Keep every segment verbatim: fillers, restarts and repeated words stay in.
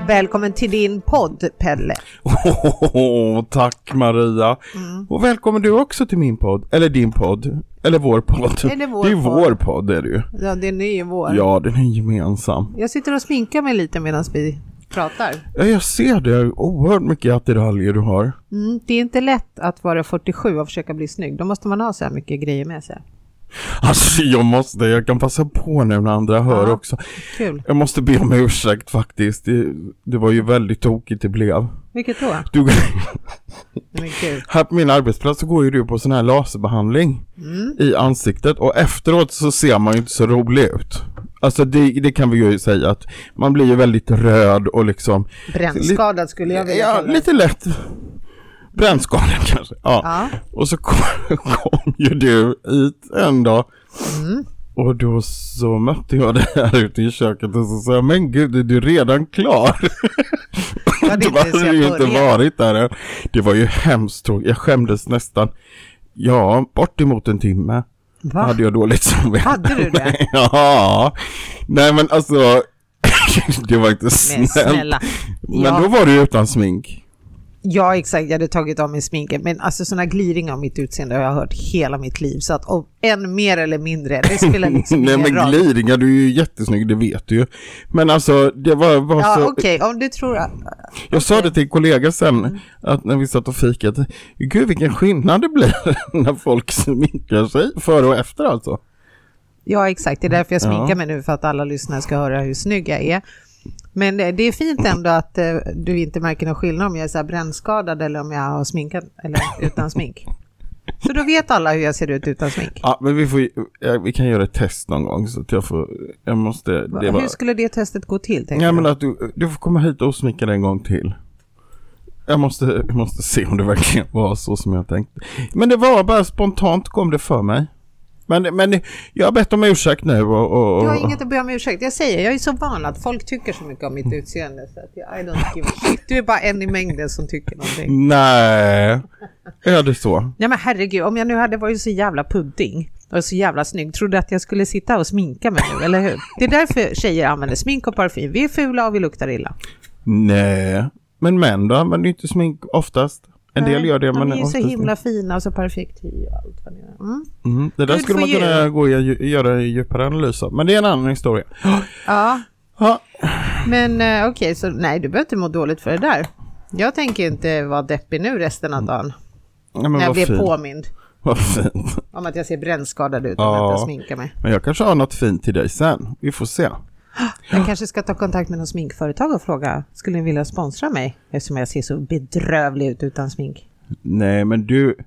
Välkommen till din podd, Pelle. Oh, tack Maria. Mm. Och välkommen du också till min podd. Eller din podd. Eller vår podd. Eller vår det är podd. vår podd, är det ju. Ja, den är ju vår. Ja, den är gemensam. Jag sitter och sminkar mig lite medan vi pratar. Ja, jag ser det. Oerhört mycket attiraljer du har. Mm, det är inte lätt att vara fyrtiosju och försöka bli snygg. Då måste man ha så här mycket grejer med sig. Alltså jag måste, jag kan passa på nu när andra hör ja, också. Kul. Jag måste be om ursäkt faktiskt. Det, det var ju väldigt tokigt det blev. Vilket då? Du, Men kul. här på min arbetsplats så går ju du på sån här laserbehandling mm. i ansiktet. Och efteråt så ser man ju inte så rolig ut. Alltså det, det kan vi ju säga att man blir ju väldigt röd och liksom... Brännskadad skulle jag vilja Ja, kalla. lite lätt. Brännskadad kanske. Ja. ja. Och så kom, kom ju du hit en dag. Mm. Och då så mötte jag det här ute i köket och så sa jag, men gud, är du redan klar? Ja, det hade ju inte varit där. Det var ju hemskt tråkigt. Jag skämdes nästan, ja, bort emot en timme. Va? Hade jag dåligt som Hade du det? Ja. Nej, men alltså, det var inte snällt. Men, snälla. men ja. Då var det utan smink. Ja, exakt. Jag hade tagit av mig sminket. Men alltså sådana gliringar av mitt utseende har jag hört hela mitt liv. Så att om en mer eller mindre, det spelar liksom Nej, men roll. Gliringar, du är ju jättesnygg, det vet du ju. Men alltså, det var, var ja, så... Ja, okej. Okay. Om du tror... Att... Jag okay. sa det till en kollega sen, mm. att när vi satt och fikat. Gud, vilken skillnad det blir när folk sminkar sig. Före och efter alltså. Ja, exakt. Det är därför jag sminkar ja. mig nu. För att alla lyssnare ska höra hur snygg jag är. Men det är fint ändå att uh, du inte märker någon skillnad om jag är så här brännskadad eller om jag har sminkat eller utan smink. Så då vet alla hur jag ser ut utan smink. Ja, men vi, får, ja, vi kan göra ett test någon gång så att jag får, jag måste... Det hur var, skulle det testet gå till? Ja, men att du, du får komma hit och sminka dig en gång till. Jag måste, jag måste se om det verkligen var så som jag tänkte. Men det var bara spontant kom det för mig. Men, men jag har bett om ursäkt nu. Och, och, och... Jag har inget att be om ursäkt. Jag säger, jag är så van att folk tycker så mycket om mitt utseende. Så att jag, I don't give a shit. Du är bara en i mängden som tycker någonting. Nej, är det så? Nej, men herregud, om jag nu hade varit så jävla pudding och så jävla snygg, trodde att jag skulle sitta och sminka mig nu, eller hur? Det är därför tjejer använder smink och parfym. Vi är fula och vi luktar illa. Nej, men män då använder inte smink oftast. En Nej, del gör det, men de är oftast så himla fina och så perfekt hy och allt vad det är. Mm. Mm, det där Good skulle man kunna you. gå och göra djupare analyser. Men det är en annan historia. Ja. ja. Men uh, okej, okay, så nej, du behöver inte må dåligt för det där. Jag tänker inte vara deppig nu resten av dagen. Ja, när jag blir fint. påmind. Vad fint. Om att jag ser brännskadad ut ja. om att jag sminkar mig. Men jag kanske har något fint till dig sen. Vi får se. Jag kanske ska ta kontakt med någon sminkföretag och fråga, skulle ni vilja sponsra mig? Eftersom jag ser så bedrövlig ut utan smink. Nej, men du...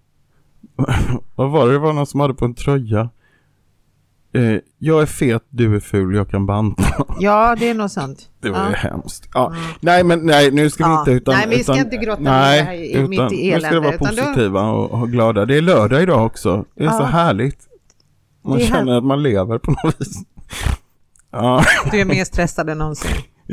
Vad var det? Det var någon som hade på en tröja. Eh, jag är fet, du är ful, jag kan banta. Ja, det är nog sant. Det var ja. ju hemskt. Ja. Mm. Nej, men nej, nu ska vi ja. inte... Utan, nej, men vi ska utan, inte gråta nej, det här i, mitt i elände. Nu ska det vara positiva då... och, och glada. Det är lördag idag också. Det är ja. så härligt. Man känner här... att man lever på något vis. Ja. Du är mer stressad än någonsin.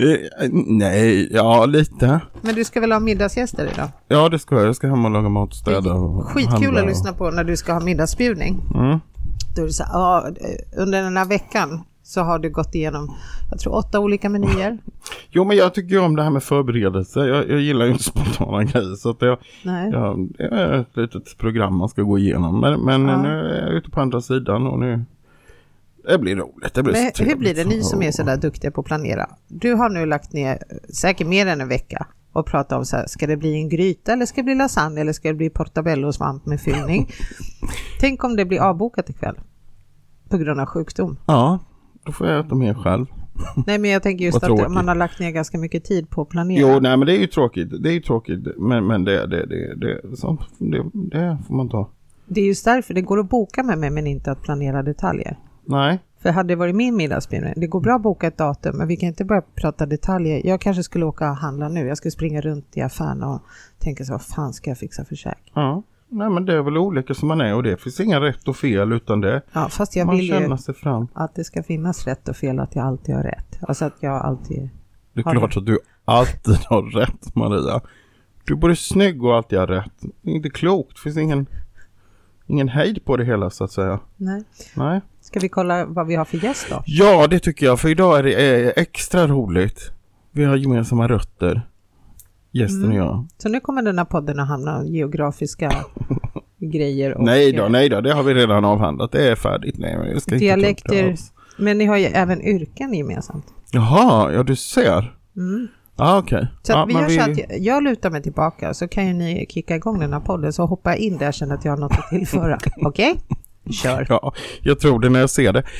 Nej, ja lite. Men du ska väl ha middagsgäster idag? Ja, det ska jag. Jag ska hem och laga mat och städa. Och skitkul att lyssna på när du ska ha middagsbjudning. Mm. Då är det så här, ja, under den här veckan så har du gått igenom, jag tror, åtta olika menyer. Jo, men jag tycker ju om det här med förberedelse. Jag, jag gillar ju inte spontana grejer. Så att jag, jag, det är ett litet program man ska gå igenom. Men, men ja. nu är jag ute på andra sidan och nu... Det blir roligt. Det blir men så hur blir det, ni som är så där duktiga på att planera? Du har nu lagt ner säkert mer än en vecka och pratat om så här, ska det bli en gryta eller ska det bli lasagne eller ska det bli portabello och svamp med fyllning? Tänk om det blir avbokat ikväll på grund av sjukdom. Ja, då får jag äta mer själv. Nej, men jag tänker just att man har lagt ner ganska mycket tid på att planera. Jo, nej, men det är ju tråkigt. Det är ju tråkigt, men, men det, det, det, det, så, det, det får man ta. Det är just därför det går att boka med mig men inte att planera detaljer. Nej. För hade det varit min middagsbjudning, det går bra att boka ett datum, men vi kan inte börja prata detaljer. Jag kanske skulle åka och handla nu. Jag skulle springa runt i affären och tänka så, vad fan ska jag fixa för käk? Ja, nej, men det är väl olika som man är och det finns inga rätt och fel utan det. Ja, fast jag man vill ju sig fram. att det ska finnas rätt och fel, att jag alltid har rätt. Alltså att jag alltid Det är klart rätt. Att du alltid har rätt, Maria. Du är både snygg och alltid har rätt. Det är inte klokt, det finns ingen... Ingen hejd på det hela så att säga. Nej. Nej. Ska vi kolla vad vi har för gäst då? Ja, det tycker jag. För idag är det extra roligt. Vi har gemensamma rötter. Gästen mm. och jag. Så nu kommer den här podden att hamna geografiska grejer. Och nej då, nej då. Det har vi redan avhandlat. Det är färdigt. Nej, jag ska dialekter. Inte men ni har ju även yrken gemensamt. Jaha, ja du ser. Mm. Ah, okej. Okay. Så ja, vi gör vi... så att jag lutar mig tillbaka så kan ju ni kicka igång den här podden så hoppar jag in där jag känner att jag har något att tillföra. Okej? Okay? Kör. Ja, jag tror det när jag ser det.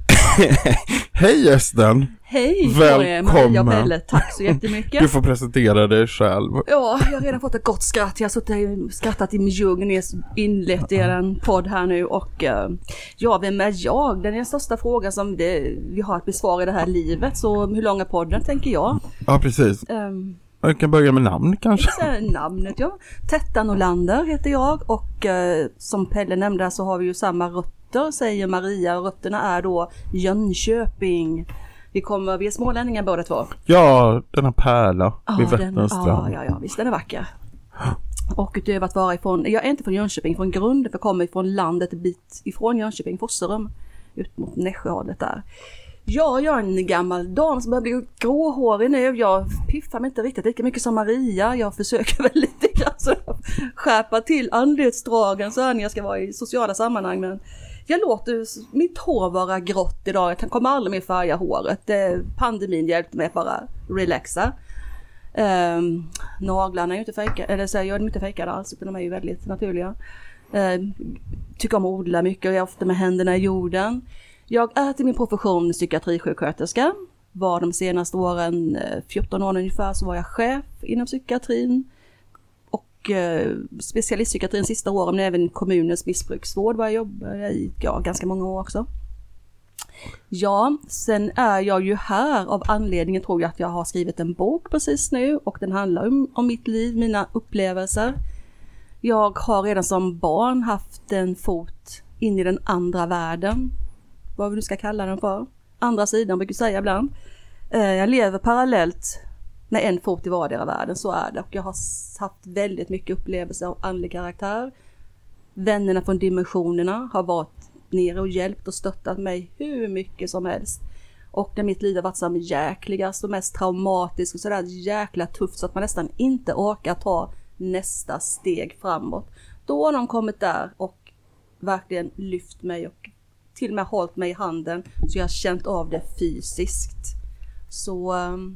Hej gästen! Hej, välkommen! Jag Pelle. Tack så jättemycket. Du får presentera dig själv. Ja, jag har redan fått ett gott skratt. Jag har suttit och skrattat i min djungel när jag inlett er podd här nu. Och uh, ja, vem är jag? Den är den största frågan som det, vi har att besvara i det här livet. Så hur lång är podden, tänker jag? Ja, precis. Um, jag kan börja med namn kanske. Namnet, ja. Tetta Nolander heter jag. Och uh, som Pelle nämnde så har vi ju samma rötter, säger Maria. Och rötterna är då Jönköping. Vi kommer, vi är smålänningar båda två. Ja, den här pärla ja, vid Vätterns strand. Ja, ja, ja, visst den är vacker. Och utöver att vara ifrån, jag är inte från Jönköping, från grunden, för jag kommer ifrån landet en bit ifrån Jönköping, Forserum, ut mot Nässjöhållet där. Ja, jag är en gammal dam som börjar bli gråhårig nu. Jag piffar mig inte riktigt lika mycket som Maria. Jag försöker väl lite grann så skärpa till anletsdragen så här när jag ska vara i sociala sammanhang, men jag låter mitt hår vara grått idag. Jag kommer aldrig mer färga håret. Pandemin hjälpte mig att bara relaxa. Um, naglarna är ju inte fejkade, eller så jag är inte fejkade alls, utan de är ju väldigt naturliga. Um, tycker om att odla mycket och jag är ofta med händerna i jorden. Jag är till min profession psykiatrisjuksköterska. Var de senaste åren, fjorton år ungefär, så var jag chef inom psykiatrin. Och eh, specialistpsykiatrin sista åren, men även kommunens missbruksvård var jag jobbade i ja, ganska många år också. Ja, sen är jag ju här av anledningen, tror jag, att jag har skrivit en bok precis nu. Och den handlar om, om mitt liv, mina upplevelser. Jag har redan som barn haft en fot in i den andra världen. Vad vi nu ska kalla den för. Andra sidan brukar jag säga ibland. Eh, jag lever parallellt med en fot i vardera världen, så är det. Och jag har haft väldigt mycket upplevelser av andlig karaktär. Vännerna från dimensionerna har varit nere och hjälpt och stöttat mig hur mycket som helst. Och när mitt liv har varit som jäkligast och mest traumatiskt och sådär jäkla tufft så att man nästan inte orkar ta nästa steg framåt. Då har de kommit där och verkligen lyft mig och till och med hållit mig i handen så jag har känt av det fysiskt. Så um,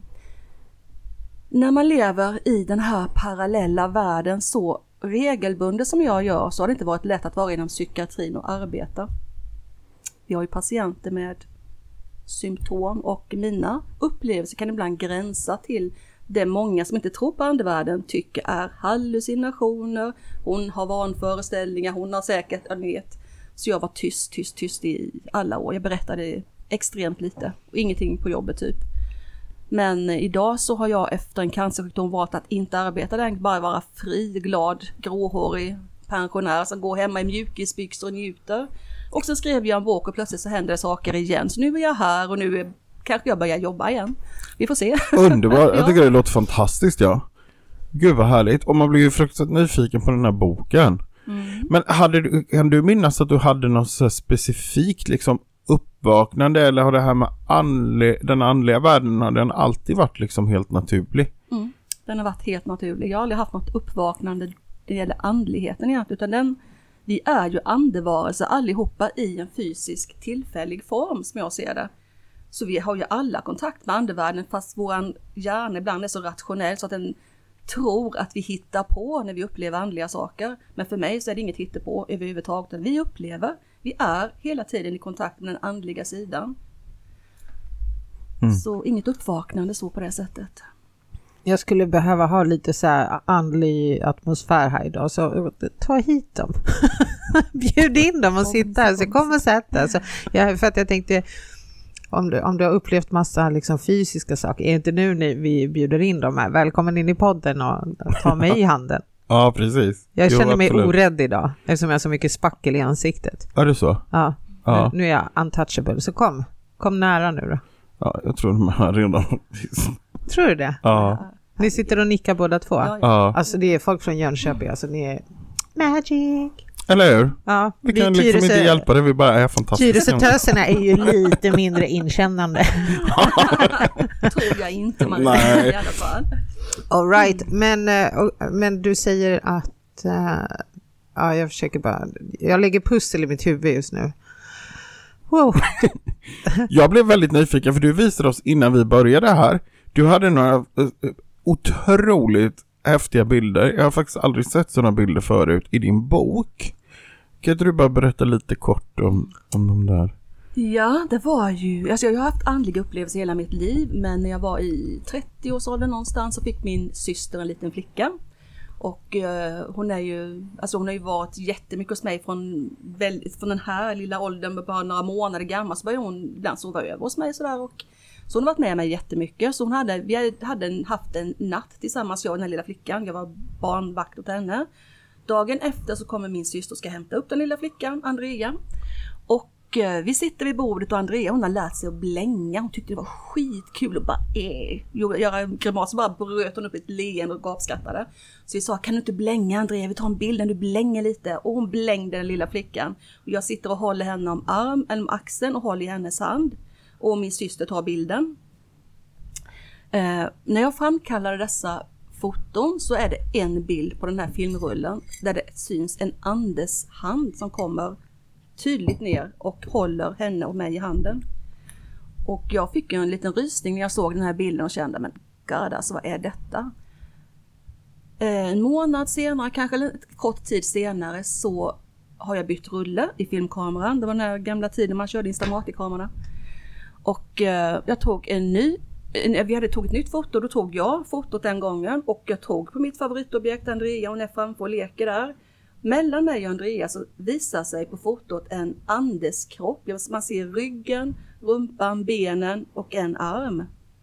när man lever i den här parallella världen så regelbundet som jag gör, så har det inte varit lätt att vara inom psykiatrin och arbeta. Vi har ju patienter med symptom och mina upplevelser kan ibland gränsa till det många som inte tror på andevärlden tycker är hallucinationer. Hon har vanföreställningar, hon har säkert anet. Så jag var tyst, tyst, tyst i alla år. Jag berättade extremt lite och ingenting på jobbet typ. Men idag så har jag efter en cancersjukdom valt att inte arbeta längre, bara vara fri, glad, gråhårig pensionär som går hemma i mjukisbyxor och njuter. Och så skrev jag en bok och plötsligt så händer det saker igen. Så nu är jag här och nu är, kanske jag börjar jobba igen. Vi får se. Underbart, jag tycker det låter fantastiskt, ja. Gud vad härligt. Och man blir ju fruktansvärt nyfiken på den här boken. Mm. Men hade du, kan du minnas att du hade något så specifikt liksom uppvaknande, eller har det här med andle, den andliga världen, har den alltid varit liksom helt naturlig? Mm. Den har varit helt naturlig. Jag har aldrig haft något uppvaknande det gäller andligheten egentligen, utan den, vi är ju andevarelser allihopa i en fysisk tillfällig form som jag ser det. Så vi har ju alla kontakt med andevärlden, fast våran hjärna ibland är så rationell så att den tror att vi hittar på när vi upplever andliga saker. Men för mig så är det inget hittepå överhuvudtaget. Vi upplever, vi är hela tiden i kontakt med den andliga sidan. Mm. Så inget uppvaknande så på det sättet. Jag skulle behöva ha lite så här andlig atmosfär här idag, så ta hit dem. Bjud in dem och sitta här, så kom och sätta. Så jag, för att jag tänkte, om du, om du har upplevt massa liksom fysiska saker, är inte nu när vi bjuder in dem här? Välkommen in i podden och ta mig i handen. Ja, precis. Jag känner jo, mig orädd idag, eftersom jag har så mycket spackel i ansiktet. Är det så? Ja, ja. Nu, nu är jag untouchable, så kom. Kom nära nu då. Ja, jag tror de har redan... Tror du det? Ja. Ni sitter och nickar båda två? Ja, ja. Alltså det är folk från Jönköping, alltså ni är magic. Eller hur? Ja, vi kan vi liksom inte hjälpa det, vi bara är fantastiska. Tyresötöserna är ju lite mindre inkännande. Tror jag inte man Nej. i alla fall. All right, men, men du säger att uh, ja, jag försöker bara, jag lägger pussel i mitt huvud just nu. Wow. Jag blev väldigt nyfiken för du visade oss innan vi började här. Du hade några uh, otroligt häftiga bilder. Jag har faktiskt aldrig sett sådana bilder förut i din bok. Kan inte du bara berätta lite kort om, om de där? Ja, det var ju, alltså jag har haft andliga upplevelser hela mitt liv, men när jag var i trettio-årsåldern någonstans så fick min syster en liten flicka. Och uh, hon är ju, alltså hon har ju varit jättemycket hos mig från, väldigt, från den här lilla åldern, bara några månader gammal, så började hon ibland sova över hos mig sådär, och så hon har varit med mig jättemycket. Så hon hade, vi hade haft en natt tillsammans, jag och den här lilla flickan, jag var barnvakt åt henne. Dagen efter så kommer min syster och ska hämta upp den lilla flickan, Andrea. Och vi sitter vid bordet och Andrea, hon har lärt sig att blänga. Hon tyckte det var skitkul och bara äh, göra en grimas. Så bara bröt hon upp ett leende och gapskrattade. Så vi sa, kan du inte blänga Andrea? Vi tar en bild när du blänger lite. Och hon blängde den lilla flickan. Och jag sitter och håller henne om arm eller om axeln och håller i hennes hand. Och min syster tar bilden. Eh, när jag framkallade dessa foton så är det en bild på den här filmrullen där det syns en andes hand som kommer tydligt ner och håller henne och mig i handen. Och jag fick en liten rysning när jag såg den här bilden och kände, men god, alltså vad är detta? En månad senare, kanske en kort tid senare, så har jag bytt rulle i filmkameran. Det var den här gamla tiden man körde Instamatic-kamerorna. Och eh, jag tog en ny, en, vi hade tagit ett nytt foto, då tog jag fotot den gången och jag tog på mitt favoritobjekt Andrea, hon är framför och leker där. Mellan mig och Andrea så visar sig på fotot en andes kropp. Man ser ryggen, rumpan, benen och en arm.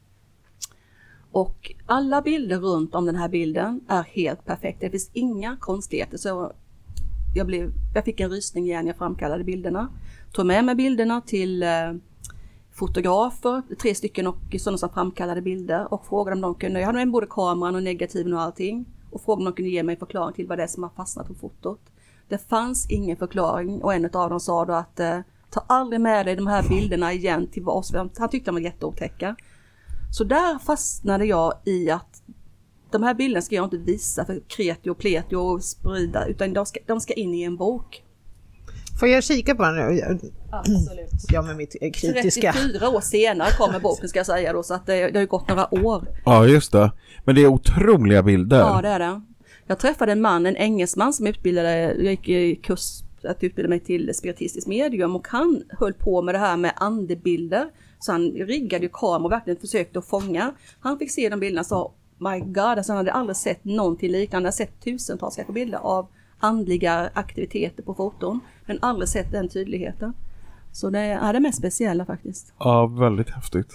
Och alla bilder runt om den här bilden är helt perfekta. Det finns inga konstigheter. Så jag, blev, jag fick en rysning igen, jag framkallade bilderna. Tog med mig bilderna till eh, fotografer, tre stycken och sådana som framkallade bilder. Och frågade om de kunde, jag hade med både kameran och negativen och allting. Och frågade om de kunde ge mig en förklaring till vad det är som har fastnat på fotot. Det fanns ingen förklaring och en av dem sa då att eh, ta aldrig med dig de här bilderna igen till oss. Han tyckte de var jätteotäcka. Så där fastnade jag i att de här bilderna ska jag inte visa för kreti och pleti och sprida, utan de ska, de ska in i en bok. Får jag kika på den nu? Absolut. Ja, med mitt kritiska. trettiofyra år senare kommer boken, ska jag säga då, så att det, det har ju gått några år. Ja, just det. Men det är otroliga bilder. Ja, det är det. Jag träffade en man, en engelsman som utbildade, jag gick i kurs att utbilda mig till spiritistisk medium, och han höll på med det här med andebilder. Så han riggade ju kameror och verkligen försökte att fånga. Han fick se de bilderna och sa, my god, alltså han hade aldrig sett någonting liknande. Han hade sett tusentals bilder av andliga aktiviteter på foton, men aldrig sett den tydligheten. Så det är det mest speciella faktiskt. Ja, väldigt häftigt.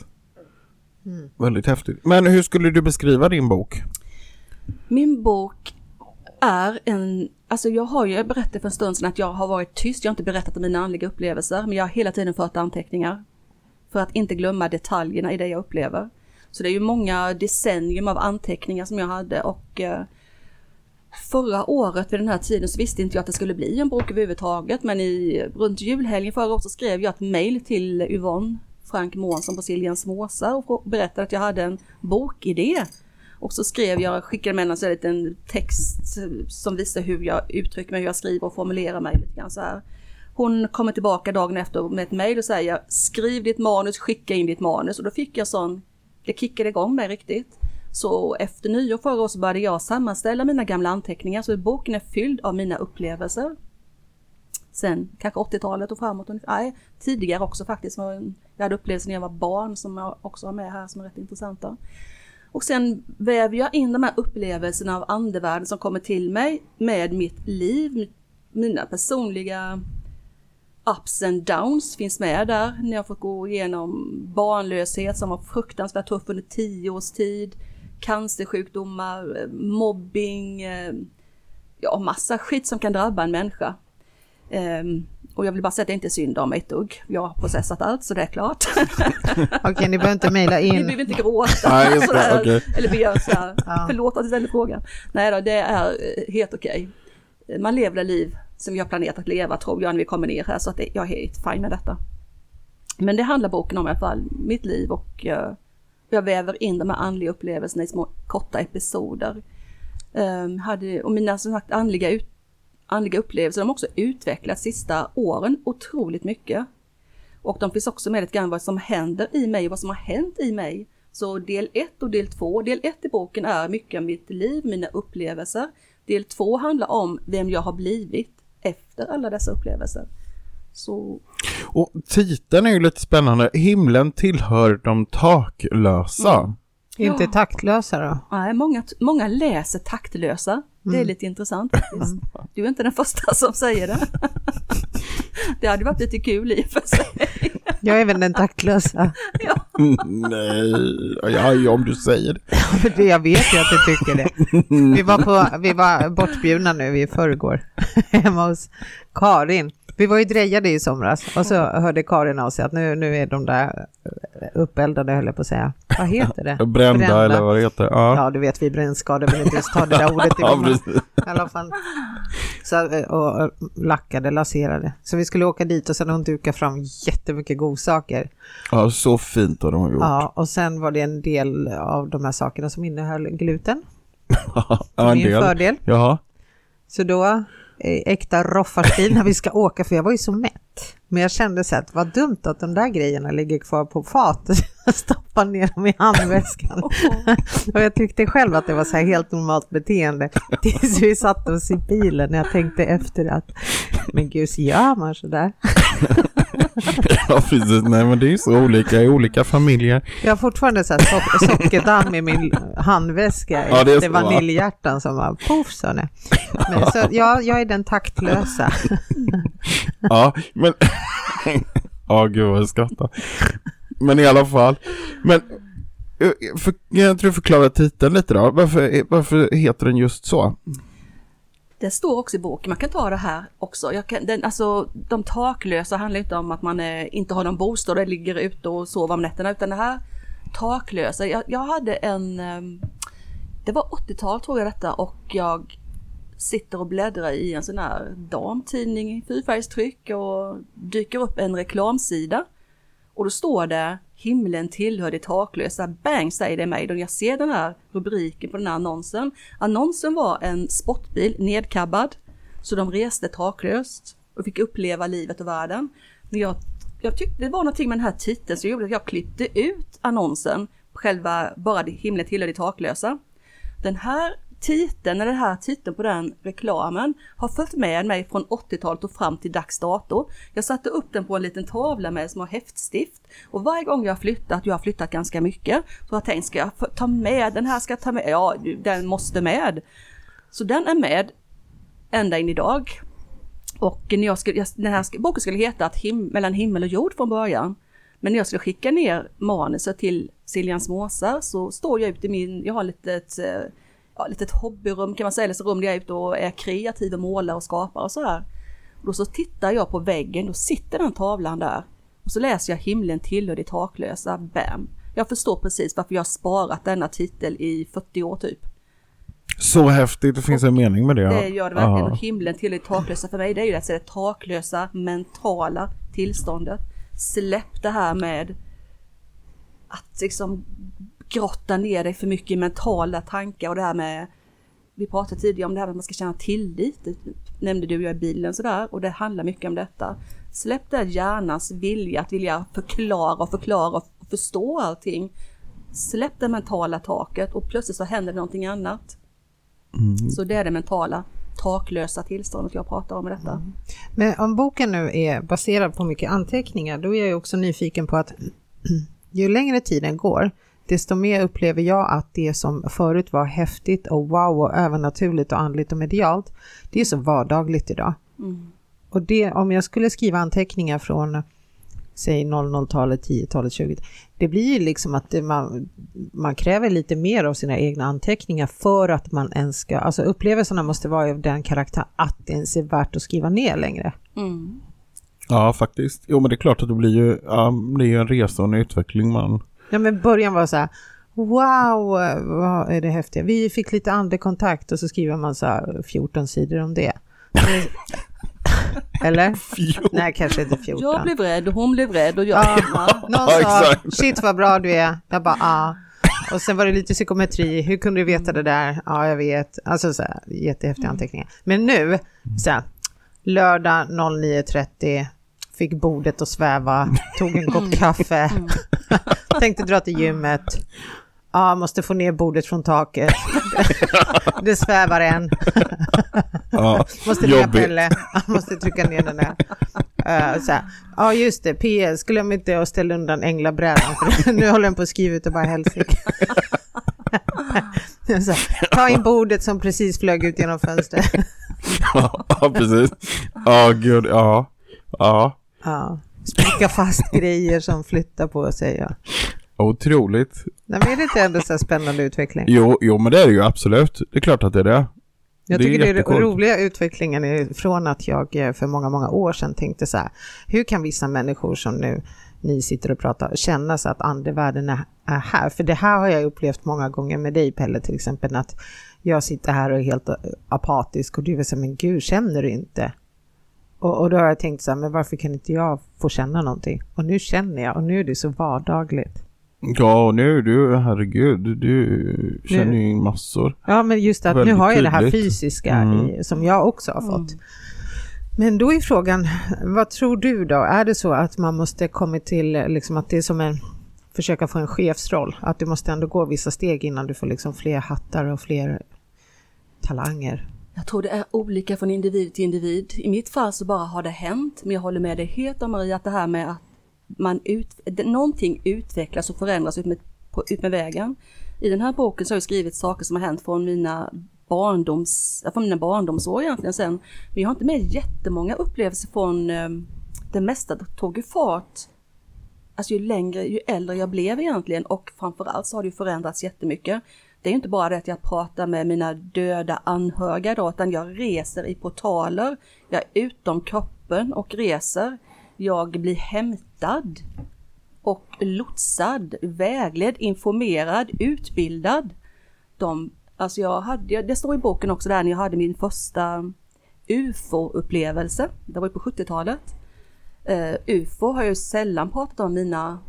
Mm. Väldigt häftigt. Men hur skulle du beskriva din bok? Min bok är en, alltså jag har ju berättat för en stund sedan att jag har varit tyst. Jag har inte berättat om mina andliga upplevelser, men jag har hela tiden fört anteckningar för att inte glömma detaljerna i det jag upplever. Så det är ju många decennium av anteckningar som jag hade, och eh, förra året vid den här tiden så visste inte jag att det skulle bli en bok överhuvudtaget, men i, runt julhelgen förra året så skrev jag ett mejl till Yvonne Frank Månsson på Siljans Måsar och berättade att jag hade en bokidé. Och så skrev jag, skickade med en liten text som visar hur jag uttrycker mig, hur jag skriver och formulerar mig lite grann så här. Hon kommer tillbaka dagen efter med ett mejl och säger, skriv ditt manus, skicka in ditt manus. Och då fick jag sån, det kickade igång mig riktigt. Så efter nyår förra året så började jag sammanställa mina gamla anteckningar. Så boken är fylld av mina upplevelser. Sen kanske åttiotalet och framåt. Nej, tidigare också faktiskt. Jag hade upplevelser när jag var barn som jag också har med här som är rätt intressanta. Och sen väver jag in de här upplevelserna av andevärlden som kommer till mig med mitt liv. Mina personliga ups and downs finns med där. När jag fått gå igenom barnlöshet som var fruktansvärt tuff under tio års tid. Cancersjukdomar, mobbing, ja, massa skit som kan drabba en människa. Um, och jag vill bara säga att det inte är synd om mig ett dugg. Jag har processat allt, så det är klart. Okej, okay, ni behöver inte mejla in. Ni behöver inte gråta. Nej, just det, okay. Eller be så här, ja. Förlåt att jag ställer frågan. Nej då, det är helt okej. Okay. Man lever liv som jag planerat att leva, tror jag, när vi kommer ner här, så att det, jag är helt fine med detta. Men det handlar boken om i alla fall, mitt liv, och uh, jag väver in de här andliga upplevelserna i små korta episoder. Um, hade, och mina som sagt andliga, ut, andliga upplevelser, de har också utvecklats sista åren otroligt mycket. Och de finns också med lite grann vad som händer i mig, vad som har hänt i mig. Så del ett och del två. Del ett i boken är mycket om mitt liv, mina upplevelser. Del två handlar om vem jag har blivit efter alla dessa upplevelser. Så... Och titeln är ju lite spännande. Himlen tillhör de taklösa. Mm. Inte ja. taktlösa då? Nej, många, många läser taktlösa. Mm. Det är lite intressant faktiskt. Mm. Du är inte den första som säger det. Det hade varit lite kul i för sig. Jag är även den taktlösa. Ja. Nej, ja, om du säger det. För det jag vet ju att du tycker det. Vi var, på, vi var bortbjudna nu i förrgår hemma hos Karin. Vi var ju drejade i somras och så hörde Karin av sig att nu, nu är de där uppeldade, höll jag på att säga. Vad heter det? Brända, Brända. Eller vad det heter. Ja, ja du vet, vi brännskador vill inte ens ta det där ordet i många. I alla fall. Så, och, och lackade, laserade. Så vi skulle åka dit och sen hon duka fram jättemycket godsaker. Ja, så fint har de gjort. Ja, och sen var det en del av de här sakerna som innehöll gluten. Ja, en del. Fördel. Jaha. Så då... äkta roffarstil när vi ska åka, för jag var ju så mätt. Men jag kände så att vad dumt att de där grejerna ligger kvar på fatet och stoppar ner dem i handväskan. Oh. Och jag tyckte själv att det var så här helt normalt beteende tills vi satt oss i bilen när jag tänkte efter att men gud, så gör man så där? Ja, precis. Nej, men det är ju så olika i olika familjer. Jag har fortfarande så här so- sockerdamm i min handväska. Ja, det är det var vaniljhjärtan som var poff, så nej. Men så ja, jag är den taktlösa. Ja, men ja, gud vad jag skrattar. Men i alla fall. Men för, jag tror jag förklarar titeln lite då. Varför, varför heter den just så? Det står också i boken, man kan ta det här också. Jag kan, den, alltså, de taklösa handlar inte om att man eh, inte har någon bostad och ligger ute och sover om nätterna, utan det här taklösa. Jag, jag hade en, eh, det var åttiotal tror jag detta, och jag sitter och bläddrar i en sån här damtidning i fyrfärgstryck och dyker upp en reklamsida. Och då står det, himlen tillhör det taklösa. Bang, säger det mig. Då jag ser den här rubriken på den här annonsen. Annonsen var en sportbil, nedkabbad. Så de reste taklöst och fick uppleva livet och världen. Men jag, jag tyckte det var någonting med den här titeln, så jag gjorde att jag klippte ut annonsen. Själva, bara det, himlen tillhör det taklösa. Den här titeln, eller den här titeln på den reklamen har följt med mig från åttiotalet och fram till dags dato. Jag satte upp den på en liten tavla med små häftstift, och varje gång jag har flyttat, jag har flyttat ganska mycket, så jag tänkte, ska jag ta med den här, ska jag ta med, ja den måste med. Så den är med ända in idag. Och när jag skulle, den här boken skulle heta att him, mellan himmel och jord från början. Men när jag skulle skicka ner manuset till Siljans Måsar, så står jag ute i min, jag har lite ett Ja, litet hobbyrum kan man säga, eller så rum där jag är ute och är kreativ och målar och skapar och så här. Och då så tittar jag på väggen, då sitter den tavlan där. Och så läser jag himlen tillhör det taklösa, bam. Jag förstår precis varför jag har sparat denna titel i fyrtio år typ. Så häftigt, det finns och en mening med det. Det gör det verkligen. Och himlen tillhör det taklösa för mig, det är ju det, det taklösa mentala tillståndet. Släpp det här med att liksom grotta ner dig för mycket i mentala tankar, och det här med, vi pratade tidigare om det här med att man ska känna tillit, det nämnde du och jag i bilen sådär, och det handlar mycket om detta. Släpp där hjärnans vilja att vilja förklara och förklara och förstå allting. Släpp det mentala taket och plötsligt så händer det någonting annat. Mm. Så det är det mentala taklösa tillståndet jag pratar om i detta. Mm. Men om boken nu är baserad på mycket anteckningar, då är jag också nyfiken på att ju längre tiden går, desto mer upplever jag att det som förut var häftigt och wow och övernaturligt och andligt och medialt, det är så vardagligt idag. Mm. Och det, om jag skulle skriva anteckningar från säg noll noll-talet, tio-talet, tjugo, det blir ju liksom att det, man, man kräver lite mer av sina egna anteckningar för att man ens ska, alltså upplevelserna måste vara av den karaktär att det ens är värt att skriva ner längre. Mm. Ja, faktiskt. Jo, men det är klart att det blir ju, ja, det är ju en resa och en utveckling man... Ja, men början var så här, wow, vad är det häftiga. Vi fick lite andekontakt och så skriver man så här fjorton sidor om det. Eller? fjorton. Nej, kanske inte fjorton. Jag blev rädd och hon blev rädd och jag... Ja, någon Ja, sa, exakt. shit vad bra du är. Jag bara, ja. Och sen var det lite psykometri. Hur kunde du veta det där? Ja, jag vet. Alltså så här, jättehäftiga anteckningar. Men nu, så här, lördag nio trettio, fick bordet att sväva, tog en kopp kaffe, tänkte dra till gymmet. Ja, måste få ner bordet från taket. Det svävar en. Ja, Måste ringa jobbigt. Pelle. Måste trycka ner den där. Uh, så här. Ja, just det. P S, skulle jag inte att ställa undan änglabrädan. För nu håller den på att skriva ut och bara helsike. Så här, ta in bordet som precis flög ut genom fönstret. Ja, ja, precis. Ja, gud, ja. Ja, Ja, spika fast grejer som flyttar på sig. Ja. otroligt. Nej, men är det inte ändå så här spännande utveckling? Jo, jo, men det är det ju absolut. Det är klart att det är det. Jag det tycker är det är den jättekul. roliga utvecklingen är från att jag för många, många år sedan tänkte så här, hur kan vissa människor som nu ni sitter och pratar känna sig att andevärlden är, är här? För det här har jag upplevt många gånger med dig, Pelle, till exempel, att jag sitter här och är helt apatisk och du vill säga, men gud, känner du inte? Och, och då har jag tänkt så här, men varför kan inte jag få känna någonting? Och nu känner jag, och nu är det så vardagligt. Ja, nu du, herregud, du, du känner ju massor. Ja, men just att Väldigt nu har jag det här tydligt. fysiska Mm. i, som jag också har fått. Men då är frågan, vad tror du då? Är det så att man måste komma till, liksom att det är som en, försöka få en chefsroll? Att du måste ändå gå vissa steg innan du får liksom fler hattar och fler talanger? Jag tror det är olika från individ till individ. I mitt fall så bara har det hänt. Men jag håller med dig helt om, Maria, att det här med att man ut, någonting utvecklas och förändras ut med, på, ut med vägen. I den här boken så har jag skrivit saker som har hänt från mina barndoms, från mina barndomsår egentligen sen. Men jag har inte med jättemånga upplevelser från eh, det mesta. Det tog ju fart alltså ju längre, ju äldre jag blev egentligen, och framförallt så har det ju förändrats jättemycket. Det är ju inte bara det att jag pratar med mina döda anhöriga då, utan jag reser i portaler, jag är utom kroppen och reser. Jag blir hämtad och lotsad, vägledd, informerad, utbildad. De, alltså jag hade, det står i boken också där när jag hade min första U F O-upplevelse. Det var ju på sjuttiotalet. Uh, U F O har jag ju sällan pratat om mina,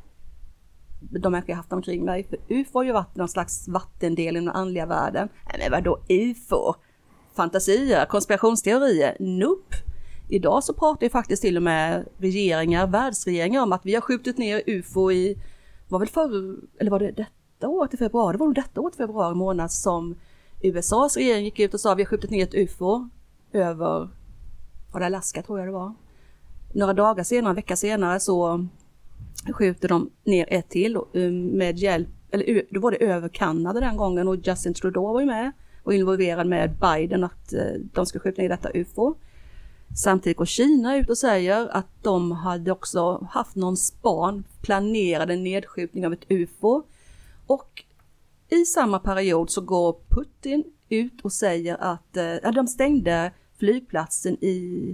de människor jag haft omkring mig. För U F O har ju varit någon slags vattendel i den andliga världen. Men vadå U F O? Fantasier, konspirationsteorier? Nope. Idag så pratar ju faktiskt till och med regeringar, världsregeringar om att vi har skjutit ner U F O i, var väl förr, eller var det detta år till februari? Det var nog detta år till februari månad som U S A:s regering gick ut och sa att vi har skjutit ner ett U F O över, var det Alaska tror jag det var. Några dagar senare, en vecka senare så skjuter de ner ett till med hjälp, eller då var det över Kanada den gången, och Justin Trudeau var ju med och involverad med Biden att de ska skjuta ner detta U F O. Samtidigt går Kina ut och säger att de hade också haft någon span, planerade nedskjutning av ett U F O. Och i samma period så går Putin ut och säger att ja, de stängde flygplatsen i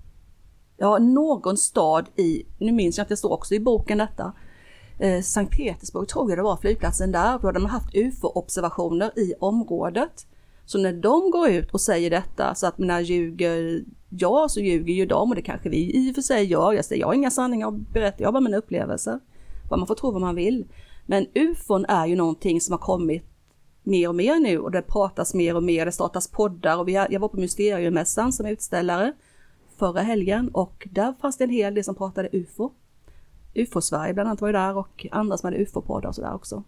ja, någon stad i, nu minns jag att det står också i boken detta, eh, Sankt Petersburg tror jag det var flygplatsen där, då hade man haft U F O-observationer i området. Så när de går ut och säger detta, så att mina ljuger jag, så ljuger ju de, och det kanske vi i och för sig gör. Jag säger, jag har inga sanningar att berätta, jag har bara mina upplevelser. Man får tro vad man vill. Men U F O är ju någonting som har kommit mer och mer nu, och det pratas mer och mer, det startas poddar, och vi har, jag var på Mysteriummässan som utställare förra helgen, och där fanns det en hel del som pratade U F O. U F O-Sverige bland annat var ju där, och andra som hade U F O-poddar och sådär också.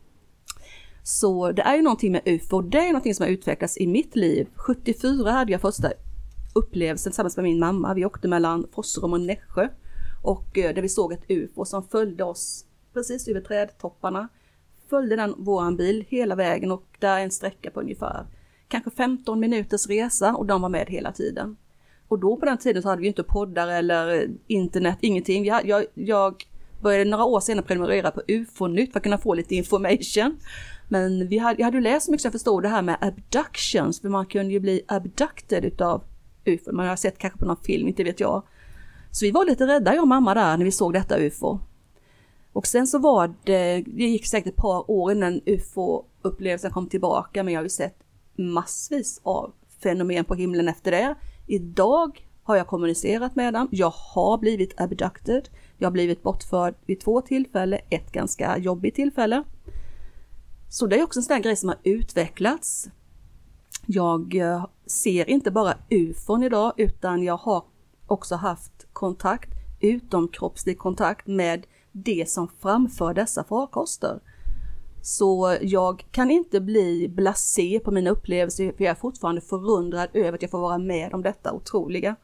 Så det är ju någonting med U F O, det är någonting som har utvecklats i mitt liv. sjuttiofyra hade jag första upplevelsen tillsammans med min mamma. Vi åkte mellan Forsrum och Nässjö, och där vi såg ett U F O som följde oss precis över trädtopparna. Följde den våran bil hela vägen, och där är en sträcka på ungefär kanske femton minuters resa, och de var med hela tiden. Och då på den tiden så hade vi inte poddar eller internet, ingenting. Jag, jag, jag började några år senare prenumerera på U F O-nytt för att kunna få lite information. Men vi hade, jag hade läst så mycket så jag förstod det här med abductions, för man kunde ju bli abducted utav U F O. Man har sett kanske på någon film, inte vet jag. Så vi var lite rädda, jag och mamma där, när vi såg detta U F O. Och sen så var det, det gick säkert ett par år innan U F O-upplevelsen kom tillbaka, men jag har ju sett massvis av fenomen på himlen efter det. Idag har jag kommunicerat med dem. Jag har blivit abducted. Jag har blivit bortförd vid två tillfällen. Ett ganska jobbigt tillfälle. Så det är också en sån där grej som har utvecklats. Jag ser inte bara U F O n idag, utan jag har också haft kontakt, utomkroppslig kontakt med det som framför dessa farkoster. Så jag kan inte bli blasé på mina upplevelser, för jag är fortfarande förundrad över att jag får vara med om detta otroliga.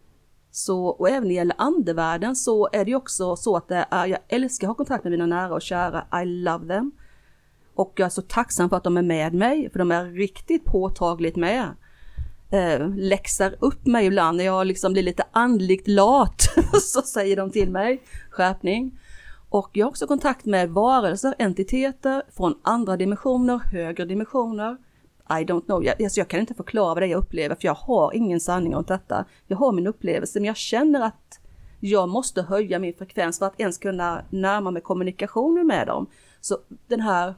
Så, och även när det gäller andevärlden så är det också så att det är, jag älskar att ha kontakt med mina nära och kära. I love them. Och jag är så tacksam för att de är med mig, för de är riktigt påtagligt med. Eh, läxar upp mig ibland när jag liksom blir lite andligt lat. Så säger de till mig, skärpning. Och jag har också kontakt med varelser, entiteter från andra dimensioner, högre dimensioner. I don't know, jag, alltså jag kan inte förklara vad det är jag upplever, för jag har ingen sanning om detta. Jag har min upplevelse, men jag känner att jag måste höja min frekvens för att ens kunna närma mig kommunikationen med dem. Så den här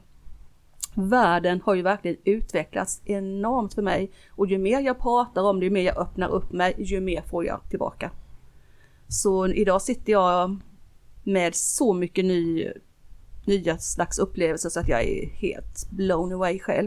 världen har ju verkligen utvecklats enormt för mig. Och ju mer jag pratar om det, ju mer jag öppnar upp mig, ju mer får jag tillbaka. Så idag sitter jag med så mycket ny, nya slags upplevelser så att jag är helt blown away själv.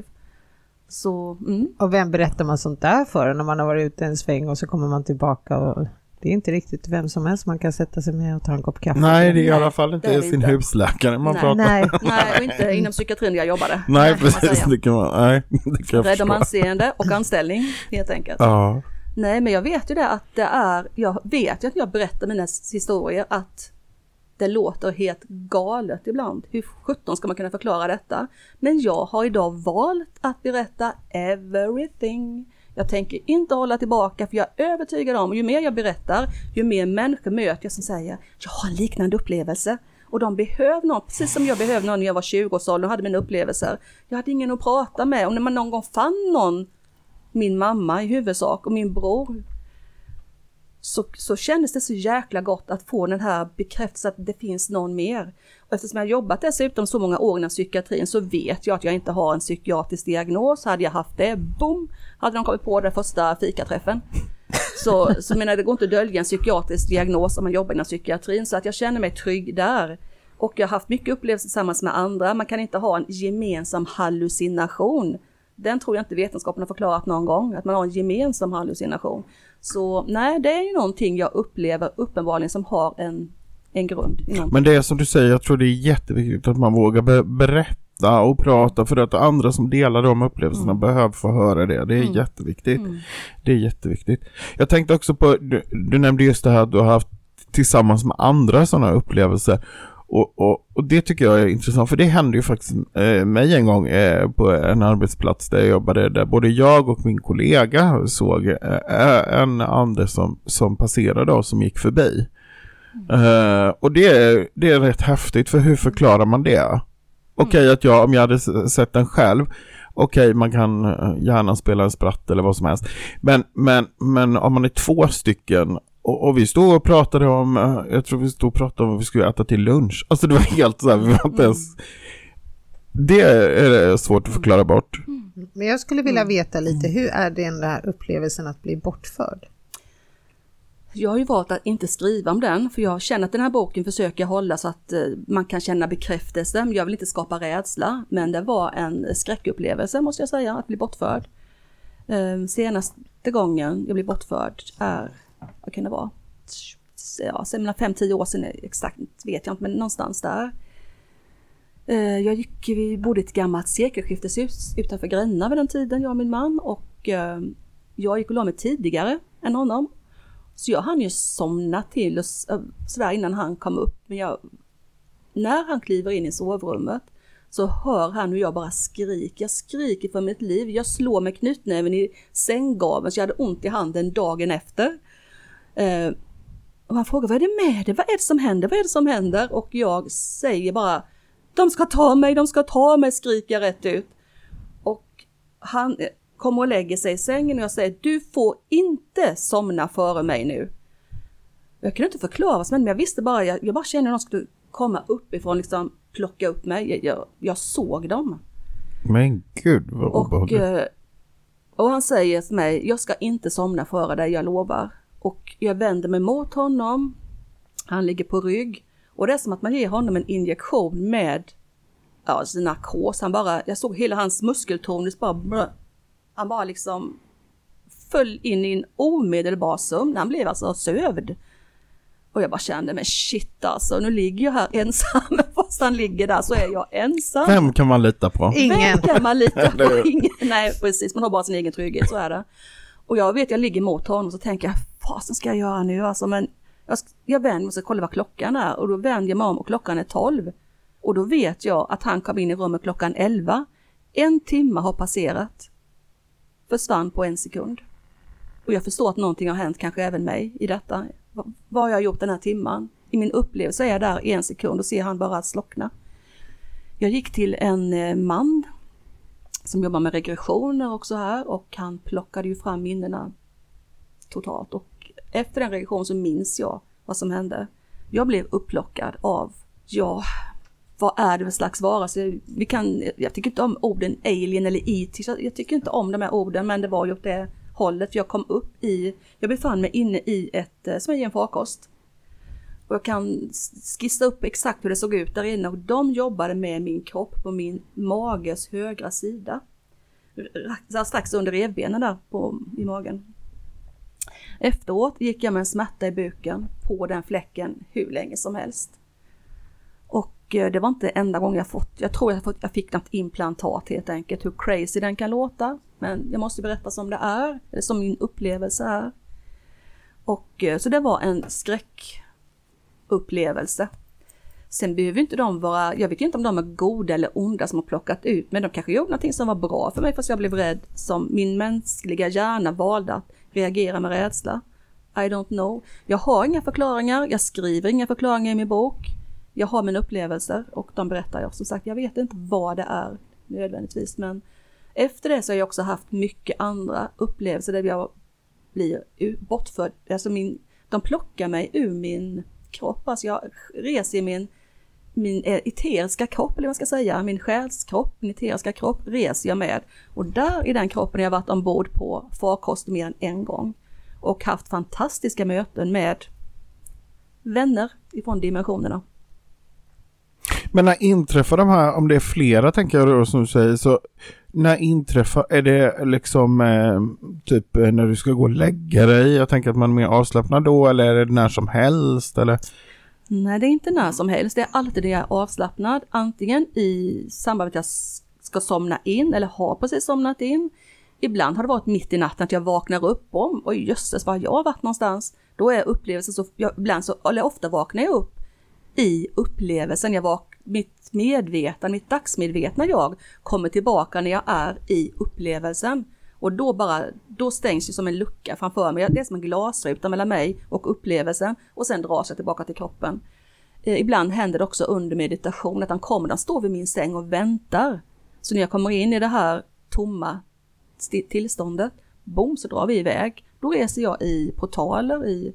Så, mm. Och vem berättar man sånt där för när man har varit ute en sväng och så kommer man tillbaka och det är inte riktigt vem som helst man kan sätta sig med och ta en kopp kaffe. Nej, det är i alla fall inte det sin inte. husläkare man Nej. pratar. Nej. Nej, och inte inom psykiatrin jag jobbade. Nej, kan man precis. säga. Det kan man, nej, det kan jag Rädd om förstå. anseende och anställning, helt enkelt. Ja. Nej, men jag vet ju det att det är, jag vet ju att jag berättar mina historier att det låter helt galet ibland. Hur sjutton ska man kunna förklara detta? Men jag har idag valt att berätta everything. Jag tänker inte hålla tillbaka, för jag är övertygad om, ju mer jag berättar, ju mer människor möter jag som säger, jag har en liknande upplevelse. Och de behöver någon, precis som jag behövde någon när jag var tjugo års ålder och hade mina upplevelser. Jag hade ingen att prata med. Och när man någon gång fann någon, min mamma i huvudsak och min bror, Så, så kändes det så jäkla gott att få den här bekräftelsen att det finns någon mer. Och eftersom jag har jobbat dessutom så många år inom psykiatrin så vet jag att jag inte har en psykiatrisk diagnos. Hade jag haft det, boom, hade de kommit på den första fikaträffen. Så, så menar, det går inte att dölja en psykiatrisk diagnos om man jobbar inom psykiatrin, så att jag känner mig trygg där. Och jag har haft mycket upplevelser tillsammans med andra. Man kan inte ha en gemensam hallucination. Den tror jag inte vetenskapen har förklarat någon gång, att man har en gemensam hallucination. Så nej, det är ju någonting jag upplever uppenbarligen som har en, en grund. Men det är som du säger, jag tror det är jätteviktigt att man vågar be- berätta och prata, för att andra som delar de upplevelserna mm. behöver få höra det. Det är mm. jätteviktigt. Mm. Det är jätteviktigt. Jag tänkte också på, du, du nämnde just det här att du har haft tillsammans med andra sådana upplevelser. Och, och, och det tycker jag är intressant, för det hände ju faktiskt eh, mig en gång eh, på en arbetsplats där jag jobbade, där både jag och min kollega såg eh, en ande som, som passerade och som gick förbi. Mm. Eh, och det är, det är rätt häftigt, för hur förklarar man det? Mm. Okej, okay, att jag, om jag hade sett den själv, okej, okay, man kan gärna spela en spratt eller vad som helst. Men, men, men om man är två stycken Och, och vi stod och pratade om, jag tror vi stod och pratade om vad vi skulle äta till lunch. Alltså det var helt så här, vi var inte ens, det är svårt att förklara bort. Men jag skulle vilja veta lite, hur är det den där upplevelsen att bli bortförd? Jag har ju valt att inte skriva om den, för jag känner att den här boken försöker hålla så att man kan känna bekräftelse. Men jag vill inte skapa rädsla, men det var en skräckupplevelse, måste jag säga, att bli bortförd. Senaste gången jag blev bortförd är, vad kan det vara? Ja, fem till tio år sedan, exakt vet jag inte, men någonstans där. Jag gick, vi bodde i ett gammalt sekelskifteshus utanför Gränna vid den tiden, jag och min man. Och jag gick och la mig tidigare än honom. Så jag hann ju somna till och sådär innan han kom upp. Men jag, när han kliver in i sovrummet så hör han hur jag bara skriker. Jag skriker för mitt liv. Jag slår med knytnäven i sänggaveln så jag hade ont i handen dagen efter. Uh, och han frågar, vad är det med det? Vad är det som händer? Vad är det som händer? Och jag säger bara, de ska ta mig, de ska ta mig, skriker jag rätt ut. Och han kommer och lägger sig i sängen och jag säger, du får inte somna före mig nu. Jag kunde inte förklara vad som hände, men jag visste bara, jag, jag bara kände att de skulle komma uppifrån, liksom plocka upp mig. Jag, jag, jag såg dem. Men gud, vad och, uh, och han säger till mig, jag ska inte somna före dig, jag lovar. Och jag vänder mig mot honom. Han ligger på rygg. Och det är som att man ger honom en injektion med ja, narkos. Han bara, jag såg hela hans muskeltonus bara, han bara liksom föll in i en omedelbar sömn. Han blev alltså sövd. Och jag bara kände, men shit alltså, nu ligger jag här ensam. Fast han ligger där så är jag ensam. Vem kan man lita på? Ingen. Vem kan man lita på? Ingen. Nej, precis. Man har bara sin egen trygghet, så är det. Och jag vet, jag ligger mot honom och så tänker jag, vad ska jag göra nu? Alltså, men jag, jag vänder mig och ska kolla vad klockan är. Och då vänder jag mig om och klockan är tolv. Och då vet jag att han kom in i rummet klockan elva. En timme har passerat. Försvann på en sekund. Och jag förstår att någonting har hänt, kanske även mig, i detta. Vad har jag gjort den här timman? I min upplevelse är jag där i en sekund och ser han bara slockna. Jag gick till en man som jobbar med regressioner också här. Och han plockade ju fram minnena totalt. Och efter den regressionen så minns jag vad som hände. Jag blev upplockad av, ja, vad är det för slags varelse? Vi kan, jag tycker inte om orden alien eller E T. Jag tycker inte om de här orden, men det var ju åt det hållet. Jag kom upp i, jag befann mig inne i ett, som är en farkost. Och jag kan skissa upp exakt hur det såg ut där inne. Och de jobbade med min kropp på min mages högra sida. Strax under revbenen där på, i magen. Efteråt gick jag med en smärta i buken på den fläcken hur länge som helst. Och det var inte enda gången jag fått, jag tror jag, fått, jag fick något implantat helt enkelt, hur crazy den kan låta. Men jag måste berätta som det är, eller som min upplevelse är. Och så det var en skräckupplevelse. Sen behöver inte de vara, jag vet inte om de är goda eller onda som har plockat ut, men de kanske gjorde någonting som var bra för mig fast jag blev rädd, som min mänskliga hjärna valde att reagera med rädsla. I don't know. Jag har inga förklaringar, jag skriver inga förklaringar i min bok. Jag har mina upplevelser och de berättar jag. Som sagt, jag vet inte vad det är nödvändigtvis, men efter det så har jag också haft mycket andra upplevelser där jag blir bortförd. Alltså min, de plockar mig ur min kropp. Alltså jag reser i min, min eteriska kropp, eller vad man ska säga. Min själskropp, min eteriska kropp reser jag med. Och där i den kroppen har jag varit ombord på farkost mer än en gång. Och haft fantastiska möten med vänner ifrån dimensionerna. Men när inträffar de här, om det är flera tänker jag då som du säger, så när inträffar, är det liksom eh, typ när du ska gå och lägga dig? Jag tänker att man är mer avslappnad då, eller är det när som helst? Eller? Nej, det är inte när som helst. Det är alltid det jag är avslappnad. Antingen i samband med att jag ska somna in eller har precis somnat in. Ibland har det varit mitt i natten att jag vaknar upp om, oj jösses, var jag har varit någonstans. Då är upplevelsen så, jag, ibland så, eller ofta vaknar jag upp i upplevelsen. Jag vak, mitt medvetande, mitt dagsmedvetna jag kommer tillbaka när jag är i upplevelsen. Och då bara, då stängs ju som en lucka framför mig. Det är som en glasruta mellan mig och upplevelsen. Och sen dras jag tillbaka till kroppen. Eh, ibland händer det också under meditation att han kommer, han står vid min säng och väntar. Så när jag kommer in i det här tomma st- tillståndet, boom, så drar vi iväg. Då reser jag i portaler, i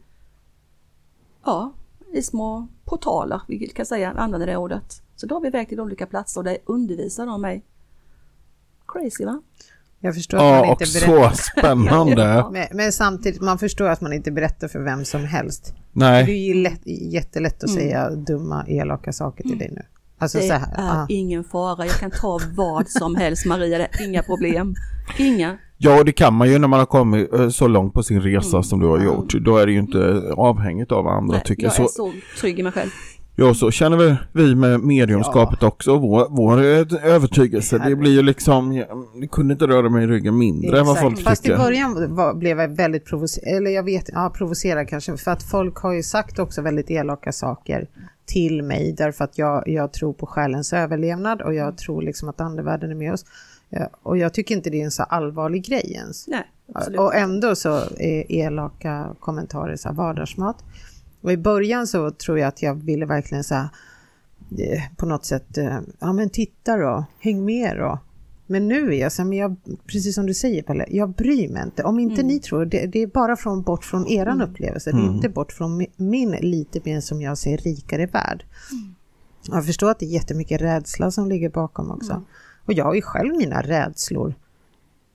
ja, i små portaler, vi kan säga, använder det ordet. Så då har vi iväg till olika platser och det undervisar de mig. Crazy, va? Jag förstår att ja, man inte och berättar. så spännande. men, men samtidigt, man förstår att man inte berättar för vem som helst. Nej. Det är ju lätt, jättelätt att Mm. säga dumma, elaka saker till dig nu. Alltså det så här. är Aha. ingen fara, jag kan ta vad som helst, Maria, det är inga problem. Inga. Ja, det kan man ju när man har kommit så långt på sin resa Mm. som du har gjort. Då är det ju inte avhängigt av andra, Nej, tycker jag. jag. Jag är Så, så trygg i mig själv. ja, så känner vi, vi med mediumskapet också. Vår, vår övertygelse, det blir ju liksom, det kunde inte röra mig i ryggen mindre än vad folk tycker. Fast i början var, blev jag väldigt provocerad, eller jag vet, ja, provocerad kanske, för att folk har ju sagt också väldigt elaka saker till mig, därför att jag, jag tror på själens överlevnad och jag tror liksom att andevärlden är med oss. Ja, och jag tycker inte det är en så allvarlig grej ens. Nej, absolut. Och ändå så är elaka kommentarer så här vardagsmat. Och i början så tror jag att jag ville verkligen så här, på något sätt, ja men titta då, häng med då. Men nu är jag så här, men jag, precis som du säger Pelle, jag bryr mig inte. Om inte mm. ni tror, det, det är bara från, bort från eran mm. upplevelse. Det är Mm. inte bort från min lite mer som jag ser rikare värld. Mm. Jag förstår att det är jättemycket rädsla som ligger bakom också. Mm. Och jag har ju själv mina rädslor.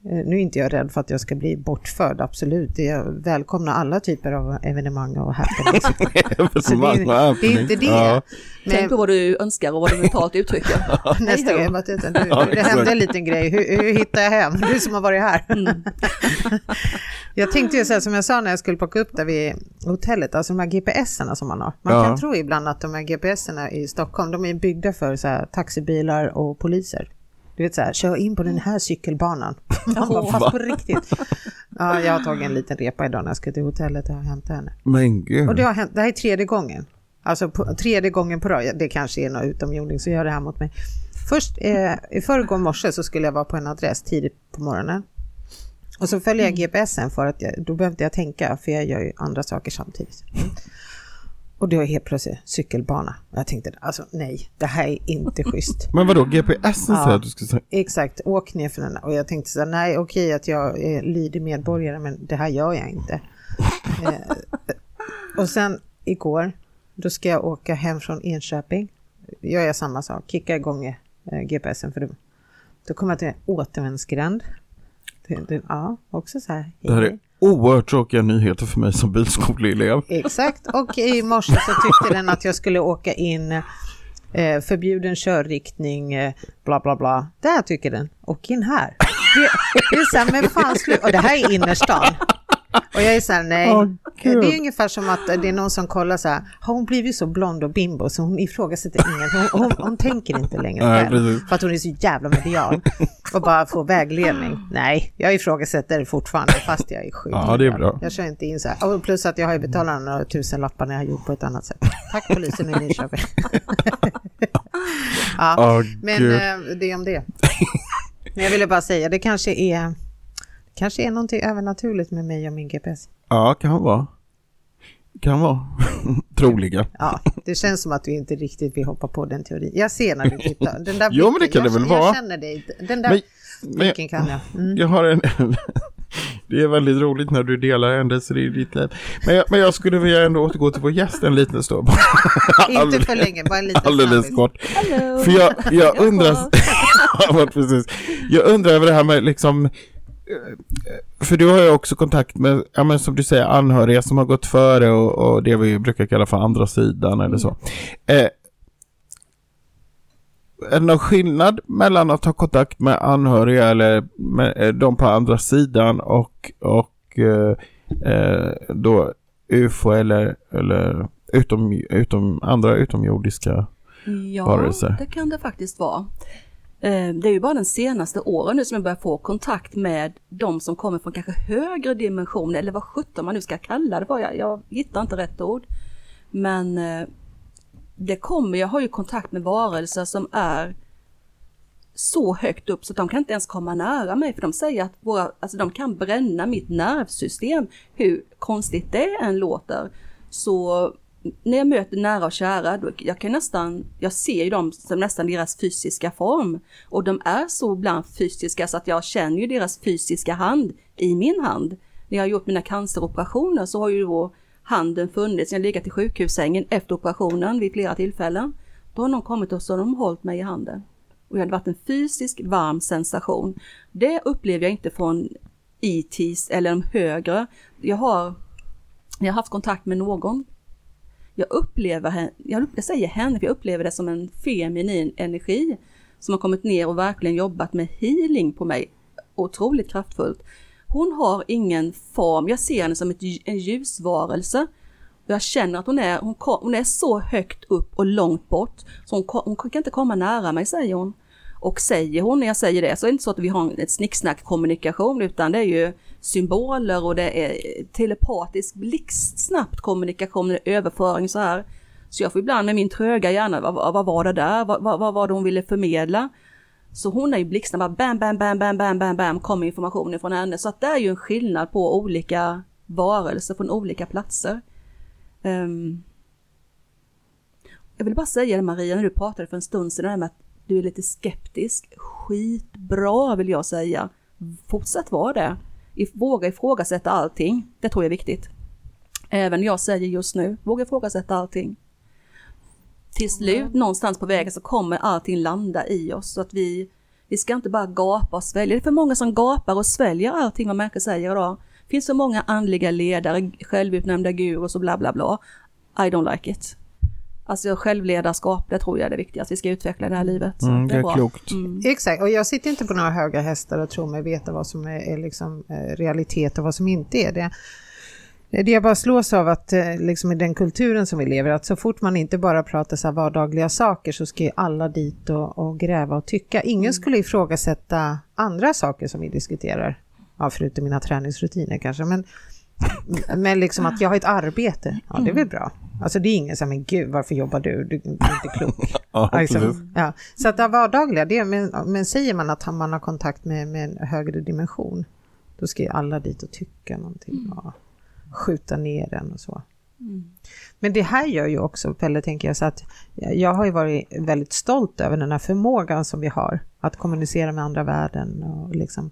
Nu är inte jag rädd för att jag ska bli bortförd, absolut. Jag välkomnar alla typer av evenemang och happenings. evenemang och happenings. Det är inte det. Ja. Men, tänk på vad du önskar och vad du mentalt uttrycker. Nästa gång, jag utan, du, ja, det hände en liten grej. Hur, hur hittar jag hem? Du som har varit här. Mm. Jag tänkte ju så här, som jag sa när jag skulle plocka upp där vid hotellet, alltså de här G P S-erna som man har. Man ja. kan tro ibland att de här G P S-erna i Stockholm, de är byggda för så här, taxibilar och poliser. Du vet så här, kör in på den här cykelbanan. Man bara, fast på riktigt. Ja, jag har tagit en liten repa idag när jag ska till hotellet och hämta henne. Men gud. Och det har hänt, det här är tredje gången. Alltså på, tredje gången på rad. Det kanske är något utomjording så gör det här mot mig. Först, eh, i förrgår morse så skulle jag vara på en adress tidigt på morgonen. Och så följer jag G P S'en för att jag, då behövde jag tänka, för jag gör ju andra saker samtidigt. Mm. Och det var helt plötsligt cykelbana. Och jag tänkte, alltså nej, det här är inte schysst. Men vadå, G P S'en säger ja, att du ska säga? Exakt, åk ner för den. Och jag tänkte så här, nej okej att jag är lydig medborgare, men det här gör jag inte. eh, och sen igår, då ska jag åka hem från Enköping. Gör jag samma sak, kicka igång eh, G P S'en för dem. Då kommer jag till återvändsgränd. Det, det, ja, också så här. Hej. Det här är oerhört tråkiga nyheter för mig som bilskoleelev. Exakt, och i morse så tyckte den att jag skulle åka in eh, förbjuden körriktning, eh, bla bla bla. Där tycker den, åk in här. Det, det är så här, men fan slut. Och det här är innerstan. Och jag är så här, nej. Oh, det är ungefär som att det är någon som kollar så här, har hon blivit så blond och bimbo så hon ifrågasätter ingen. Hon, hon, hon tänker inte längre själv, för att hon är så jävla medial och bara får vägledning. Nej, jag ifrågasätter fortfarande fast jag är sjuk. Ja, det är bra. Jag kör inte in så här. Och plus att jag har ju betalat några tusen lappar när jag har gjort på ett annat sätt. Tack polisen i Nyköping. Ja, oh, men Gud. Det är om det. Men jag ville bara säga, det kanske är Kanske är någonting övernaturligt med mig och min G P S. Ja, kan vara. Kan vara. Troliga. Ja, det känns som att vi inte riktigt vill hoppa på den teorin. Jag ser när du tittar. Den där jo, men det kan jag, det väl jag vara. Jag känner dig. Den där blicken kan jag. Mm. Jag har en... Det är väldigt roligt när du delar händelser i ditt liv. Men jag, men jag skulle vilja ändå återgå till vår gäst en liten stund. Inte för länge, bara en liten alldeles kort. Hello. För jag, jag undrar... ja, precis. Jag undrar över det här med liksom... För du har ju också kontakt med, ja, men som du säger, anhöriga som har gått före och, och det vi brukar kalla för andra sidan eller så. Eh, är det någon skillnad mellan att ha kontakt med anhöriga eller med de på andra sidan och, och eh, då U F O eller, eller utom, utom, andra utomjordiska ja, varelser? Ja, det kan det faktiskt vara. Det är ju bara den senaste åren nu som jag börjar få kontakt med de som kommer från kanske högre dimensioner, eller vad sjutton man nu ska kalla det för. Jag, jag hittar inte rätt ord. Men det kommer, jag har ju kontakt med varelser som är så högt upp så att de kan inte ens komma nära mig, för de säger att våra, alltså de kan bränna mitt nervsystem, hur konstigt det än låter. Så när jag möter nära och kära, då jag kan nästan, jag ser ju dem som nästan deras fysiska form. Och de är så bland fysiska så att jag känner ju deras fysiska hand i min hand. När jag har gjort mina canceroperationer så har ju då handen funnits. Jag har legat i sjukhussängen efter operationen vid flera tillfällen. Då har någon kommit och så har de hållit mig i handen. Och det hade varit en fysisk varm sensation. Det upplever jag inte från E T's eller de högre. Jag har, jag har haft kontakt med någon. Jag upplever henne, jag säger henne, för jag upplever det som en feminin energi som har kommit ner och verkligen jobbat med healing på mig. Otroligt kraftfullt. Hon har ingen form, jag ser henne som ett, en ljusvarelse. Och jag känner att hon är, hon, hon är så högt upp och långt bort så hon, hon kan inte komma nära mig, säger hon. Och säger hon när jag säger det så är det inte så att vi har ett snicksnack kommunikation, utan det är ju symboler och det är telepatisk blixtsnabbt kommunikation, överföring så här. Så jag får ibland med min tröga hjärna, vad, vad var det där? Vad, vad, vad var det hon ville förmedla? Så hon är ju blixtsnabb, bam, bam, bam, bam, bam, bam, bam, kommer informationen från henne. Så att det är ju en skillnad på olika varelser från olika platser. Um, jag vill bara säga det, Maria, när du pratade för en stund sedan med att du är lite skeptisk. Skitbra vill jag säga. Fortsätt vara det. Våga ifrågasätta allting. Det tror jag är viktigt. Även jag säger just nu, våga ifrågasätta allting. Till slut, mm. någonstans på vägen så kommer allting landa i oss. Så att vi Vi ska inte bara gapa och svälja. Det är för många som gapar och sväljer allting vad människor säger idag. Det finns så många andliga ledare, självutnämnda gurus och bla bla bla. I don't like it. Alltså självledarskap, det tror jag är det viktigaste. Vi ska utveckla det här livet. Så Mm, det är, det är klokt. Mm. Exakt, och jag sitter inte på några höga hästar och tror mig veta vad som är, är liksom, eh, realitet och vad som inte är det. Det jag bara slås av att eh, liksom i den kulturen som vi lever, att så fort man inte bara pratar så här vardagliga saker så ska ju alla dit och, och gräva och tycka. Ingen mm. skulle ifrågasätta andra saker som vi diskuterar. Ja, förutom mina träningsrutiner kanske, men men liksom att jag har ett arbete, ja det är väl bra. Alltså det är ingen som, men gud varför jobbar du? Du är inte klok. Ja, alltså, ja. Så att det vardagliga, det, men, men säger man att man har kontakt med, med en högre dimension, då ska ju alla dit och tycka någonting mm. och skjuta ner den och så. Mm. Men det här gör ju också, Pelle, tänker jag, så att jag har ju varit väldigt stolt över den här förmågan som vi har att kommunicera med andra världen och liksom,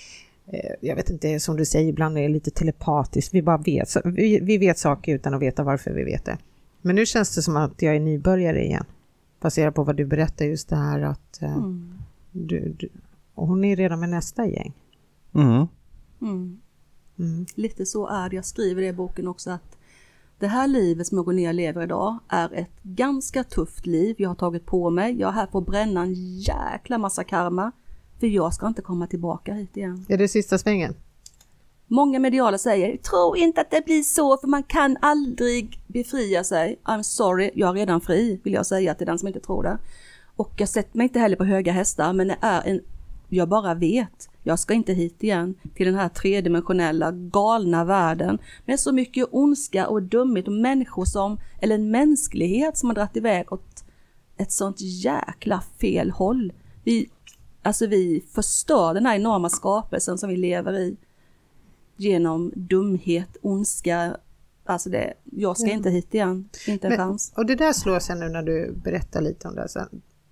jag vet inte, som du säger, ibland är det lite telepatiskt. Vi bara vet, vi, vi vet saker utan att veta varför vi vet det. Men nu känns det som att jag är nybörjare igen. Baserat på vad du berättar, just det här att mm. du, du, och hon är redan med nästa gäng. Mm. Mm. Mm. Lite så är det. Jag skriver det i boken också, att det här livet som jag går ner och lever idag är ett ganska tufft liv. Jag har tagit på mig. Jag är här på att bränna en jäkla massa karma. För jag ska inte komma tillbaka hit igen. Är det sista svängen? Många mediala säger, tro inte att det blir så, för man kan aldrig befria sig. I'm sorry, jag är redan fri, vill jag säga till den som inte tror det. Och jag sätter mig inte heller på höga hästar, men det är en, jag bara vet. Jag ska inte hit igen till den här tredimensionella, galna världen. Med så mycket ondska och dumhet och människor som, eller en mänsklighet som har dratt iväg åt ett sånt jäkla fel håll. Vi Alltså vi förstör den här enorma skapelsen som vi lever i genom dumhet, ondska. Alltså det, jag ska ja. inte hit igen, inte en Men, chans. Och det där slår sig nu när du berättar lite om det. Så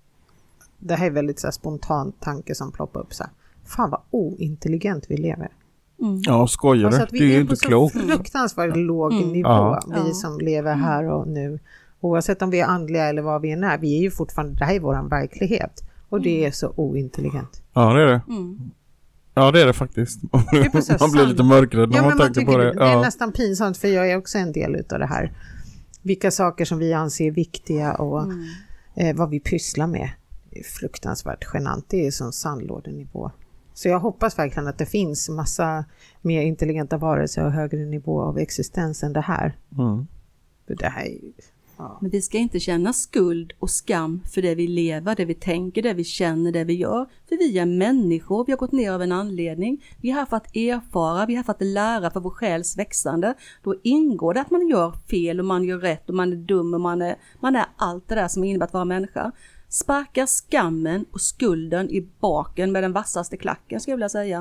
det här är väldigt så här spontan tanke som ploppar upp. Så här. Fan vad ointelligent vi lever. Mm. Ja, skojar alltså det? Det är ju inte klokt. Vi är på så fruktansvärt låg mm. nivå, ja. vi som lever här och nu. Oavsett om vi är andliga eller vad vi än är. Vi är ju fortfarande, det här är vår verklighet. Och det är så ointelligent. Ja, det är det. Mm. Ja, det är det faktiskt. Det man sant. Blir lite mörkrädd när ja, man tänker på det. det. Ja. Det är nästan pinsamt, för jag är också en del av det här. Vilka saker som vi anser viktiga och mm. eh, vad vi pysslar med. Det är fruktansvärt genant. Det är som sandlådenivå. Så jag hoppas verkligen att det finns massa mer intelligenta varelser och högre nivå av existens än det här. Mm. För det här är ju... Ja. Men vi ska inte känna skuld och skam för det vi lever, det vi tänker, det vi känner, det vi gör. För vi är människor, vi har gått ner av en anledning. Vi är här för att erfara, vi är här för att lära för vår själs växande. Då ingår det att man gör fel och man gör rätt och man är dum och man är, man är allt det där som innebär att vara människa. Sparka skammen och skulden i baken med den vassaste klacken, skulle jag vilja säga.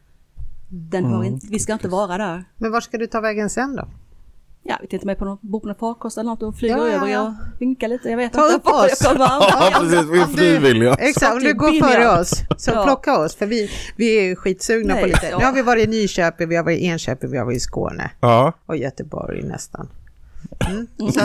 Den har inte, vi ska inte vara där. Men var ska du ta vägen sen då? Ja, vi tittar mig på någon bok med farkost eller något och flyger ja, ja, över ja. och vinkar lite. Jag vet Ta inte. upp oss! Jag ja, precis. Vi är frivilliga. Exakt, om du går före oss. Så ja. plocka oss, för vi, vi är ju skitsugna Nej, på lite. ja. Nu har vi varit i Nyköping, vi har varit i Enköping, vi har varit i Skåne. Ja. Och Göteborg nästan. Mm. Så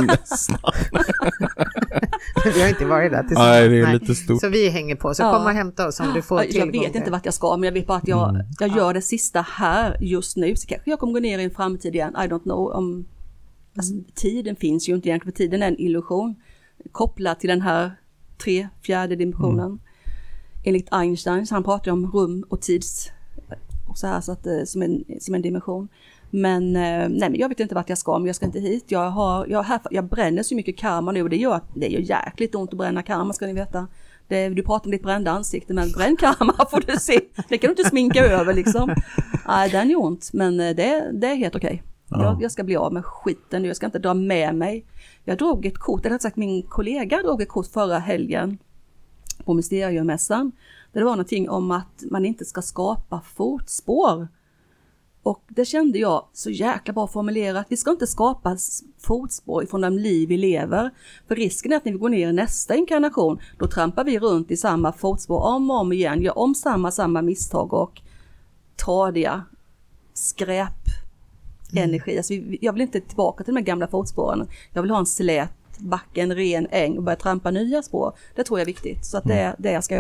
vi har inte varit där tillsammans. Nej, det är lite stort. Så vi hänger på, så ja. kom och hämta oss om du får tillgång. Jag vet inte vart jag ska, men jag vet bara att jag, mm. jag gör det sista här just nu. Så kanske jag kommer gå ner i en framtid igen. I don't know om... Alltså, tiden finns ju inte egentligen, för tiden är en illusion kopplad till den här tre, fjärde dimensionen. Mm. Enligt Einstein, så han pratar om rum och tids och så här, så att, som, en, som en dimension. Men, nej, men jag vet inte vart jag ska, men jag ska inte hit. Jag, har, jag, här, jag bränner så mycket karma nu och det gör, det gör jäkligt ont att bränna karma, ska ni veta. Det, du pratar om ditt brända ansikte, men bränn karma får du se. Det kan du inte sminka över liksom. Nej, den är ont, men det, det är helt okej. Ja. Jag, jag ska bli av med skiten nu, jag ska inte dra med mig. Jag drog ett kort, eller rätt sagt min kollega drog ett kort förra helgen på Mysteriummässan. Där det var någonting om att man inte ska skapa fotspår. Och det kände jag så jäkla bra formulerat. Vi ska inte skapa fotspår från de liv vi lever. För risken är att när vi går ner i nästa inkarnation, då trampar vi runt i samma fotspår om och om igen. Gör om samma, samma misstag och tradiga skräp. Energi. Alltså, jag vill inte tillbaka till de här gamla fotspåren. Jag vill ha en slät back, en ren äng och börja trampa nya spår. Det tror jag är viktigt. Så att det är det jag ska göra.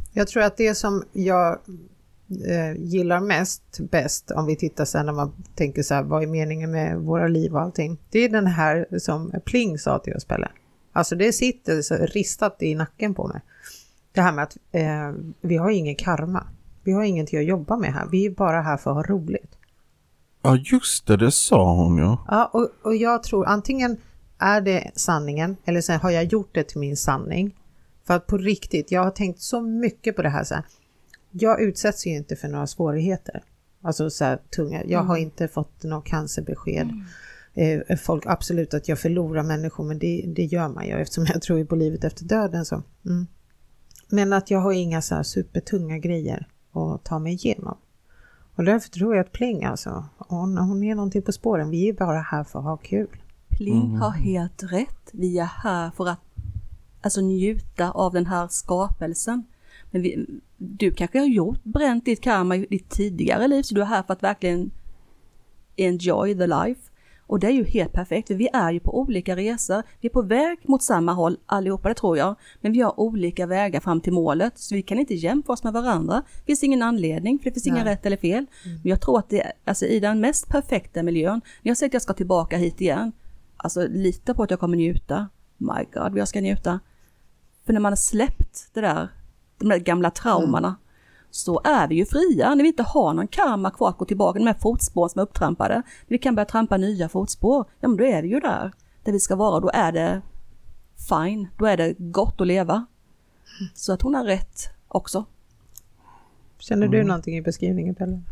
Jag tror att det som jag eh, gillar mest, bäst, om vi tittar sen när man tänker så här, vad är meningen med våra liv och allting. Det är den här som Pling sa till oss, Pelle. Alltså det sitter så ristat i nacken på mig. Det här med att eh, vi har ingen karma. Vi har ingenting att jobba med här. Vi är bara här för att ha roligt. Ja, just det, det sa hon ja. Ja, och, och jag tror antingen är det sanningen eller så har jag gjort det till min sanning. För att på riktigt, jag har tänkt så mycket på det här så här. Jag utsätts ju inte för några svårigheter. Alltså så här tunga. Jag har inte fått något cancerbesked. Mm. Eh, folk, absolut att jag förlorar människor, men det, det gör man ju eftersom jag tror på livet efter döden. Så. Mm. Men att jag har inga så här supertunga grejer att ta mig igenom. Och därför tror jag att Pling alltså, hon, hon är någonting på spåren. Vi är bara här för att ha kul. Pling Mm. har helt rätt. Vi är här för att alltså, njuta av den här skapelsen. Men vi, du kanske har gjort bränt ditt karma i ditt tidigare liv, så du är här för att verkligen enjoy the life. Och det är ju helt perfekt, för vi är ju på olika resor. Vi är på väg mot samma håll allihopa, det tror jag. Men vi har olika vägar fram till målet, så vi kan inte jämföra oss med varandra. Det finns ingen anledning, för det finns ingen rätt eller fel. Mm. Men jag tror att det är alltså, i den mest perfekta miljön. När jag säger att jag ska tillbaka hit igen, alltså lita på att jag kommer njuta. My God, jag ska njuta. För när man har släppt det där, de där gamla traumorna, mm. så är vi ju fria. När vi inte har någon karma kvar att gå tillbaka, de här fotspår som är upptrampade. När vi kan börja trampa nya fotspår, ja men då är vi ju där. Där vi ska vara, då är det fine. Då är det gott att leva. Så att hon har rätt också. Känner du mm. någonting i beskrivningen, Pelle?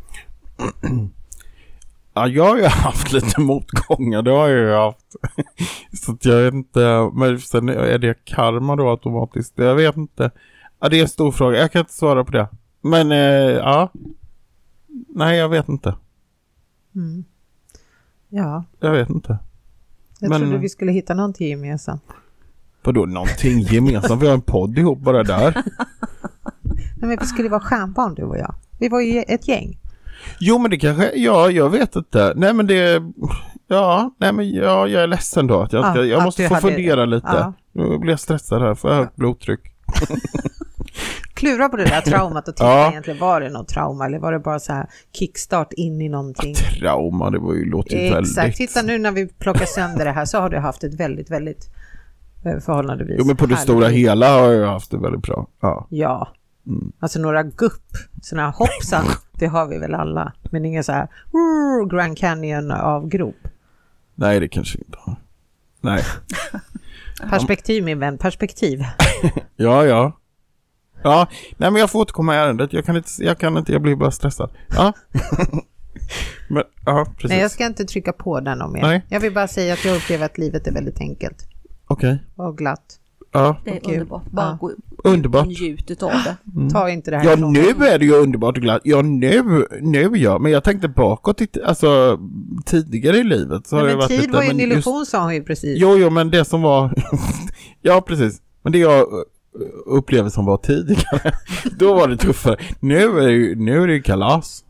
Ja, jag har ju haft lite motgångar, det har jag ju haft. Så att jag vet inte, men sen är det karma då automatiskt? Jag vet inte. Ja, det är en stor fråga, jag kan inte svara på det. Men, eh, ja. Nej, jag vet inte. Mm. Ja. Jag vet inte. Jag men, trodde vi skulle hitta någonting gemensamt. Vadå, någonting gemensamt? Vi har en podd ihop bara där. Nej, men vi skulle vara stjärnbarn, du och jag. Vi var ju ett gäng. Jo, men det kanske, ja, jag vet inte. Nej, men det, ja, nej, men ja, jag är ledsen då. Att jag, ja, jag måste få hade, fundera lite. Ja. Nu blir jag stressad här, för jag har högt blodtryck. Klura på det där traumat och titta ja. egentligen, var det något trauma eller var det bara så här kickstart in i någonting? Ja, trauma, det var ju låter ju väldigt. Exakt, titta nu när vi plockar sönder det här så har du haft ett väldigt, väldigt förhållandevis. Jo, men på det härligt. Stora hela har jag haft det väldigt bra. Ja. Ja. Mm. Alltså några gupp, såna här hoppsan, det har vi väl alla. Men inga så här uh, Grand Canyon av grop. Nej, det kanske inte har. Nej. Perspektiv, min vän, perspektiv. ja, ja. Ja, nej men jag får återkomma i ärendet. Jag kan inte, jag kan inte, jag blir bara stressad. Ja. men, ja, precis. Nej, jag ska inte trycka på den om mer. Nej. Jag vill bara säga att jag upplever att livet är väldigt enkelt. Okej. Okay. Och glatt. Ja. Det är underbart. Bara ja. gå underbart. njutet av det. Mm. Ta inte det här. Ja, nu är det ju underbart och glatt. Ja, nu, nu ja. Men jag tänkte bakåt, alltså tidigare i livet. Så Nej, har men varit tid lite, var ju en men illusion, just, sa hon ju precis. Jo, jo, men det som var... ja, precis. Men det jag upplevde som var tidigare, då var det tuffare. Nu är det ju, nu är det ju kalas.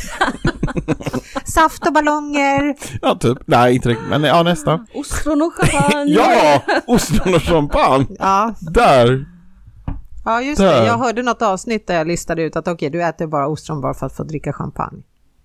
Saft och ballonger. Ja, typ. Nej, inte riktigt. Men ja, nästan. Ostron och champagne. ja, ostron och champagne. Ja. Där. Ja, just där. Det. Jag hörde något avsnitt där jag listade ut att okej, okay, du äter bara ostron bara för att få dricka champagne.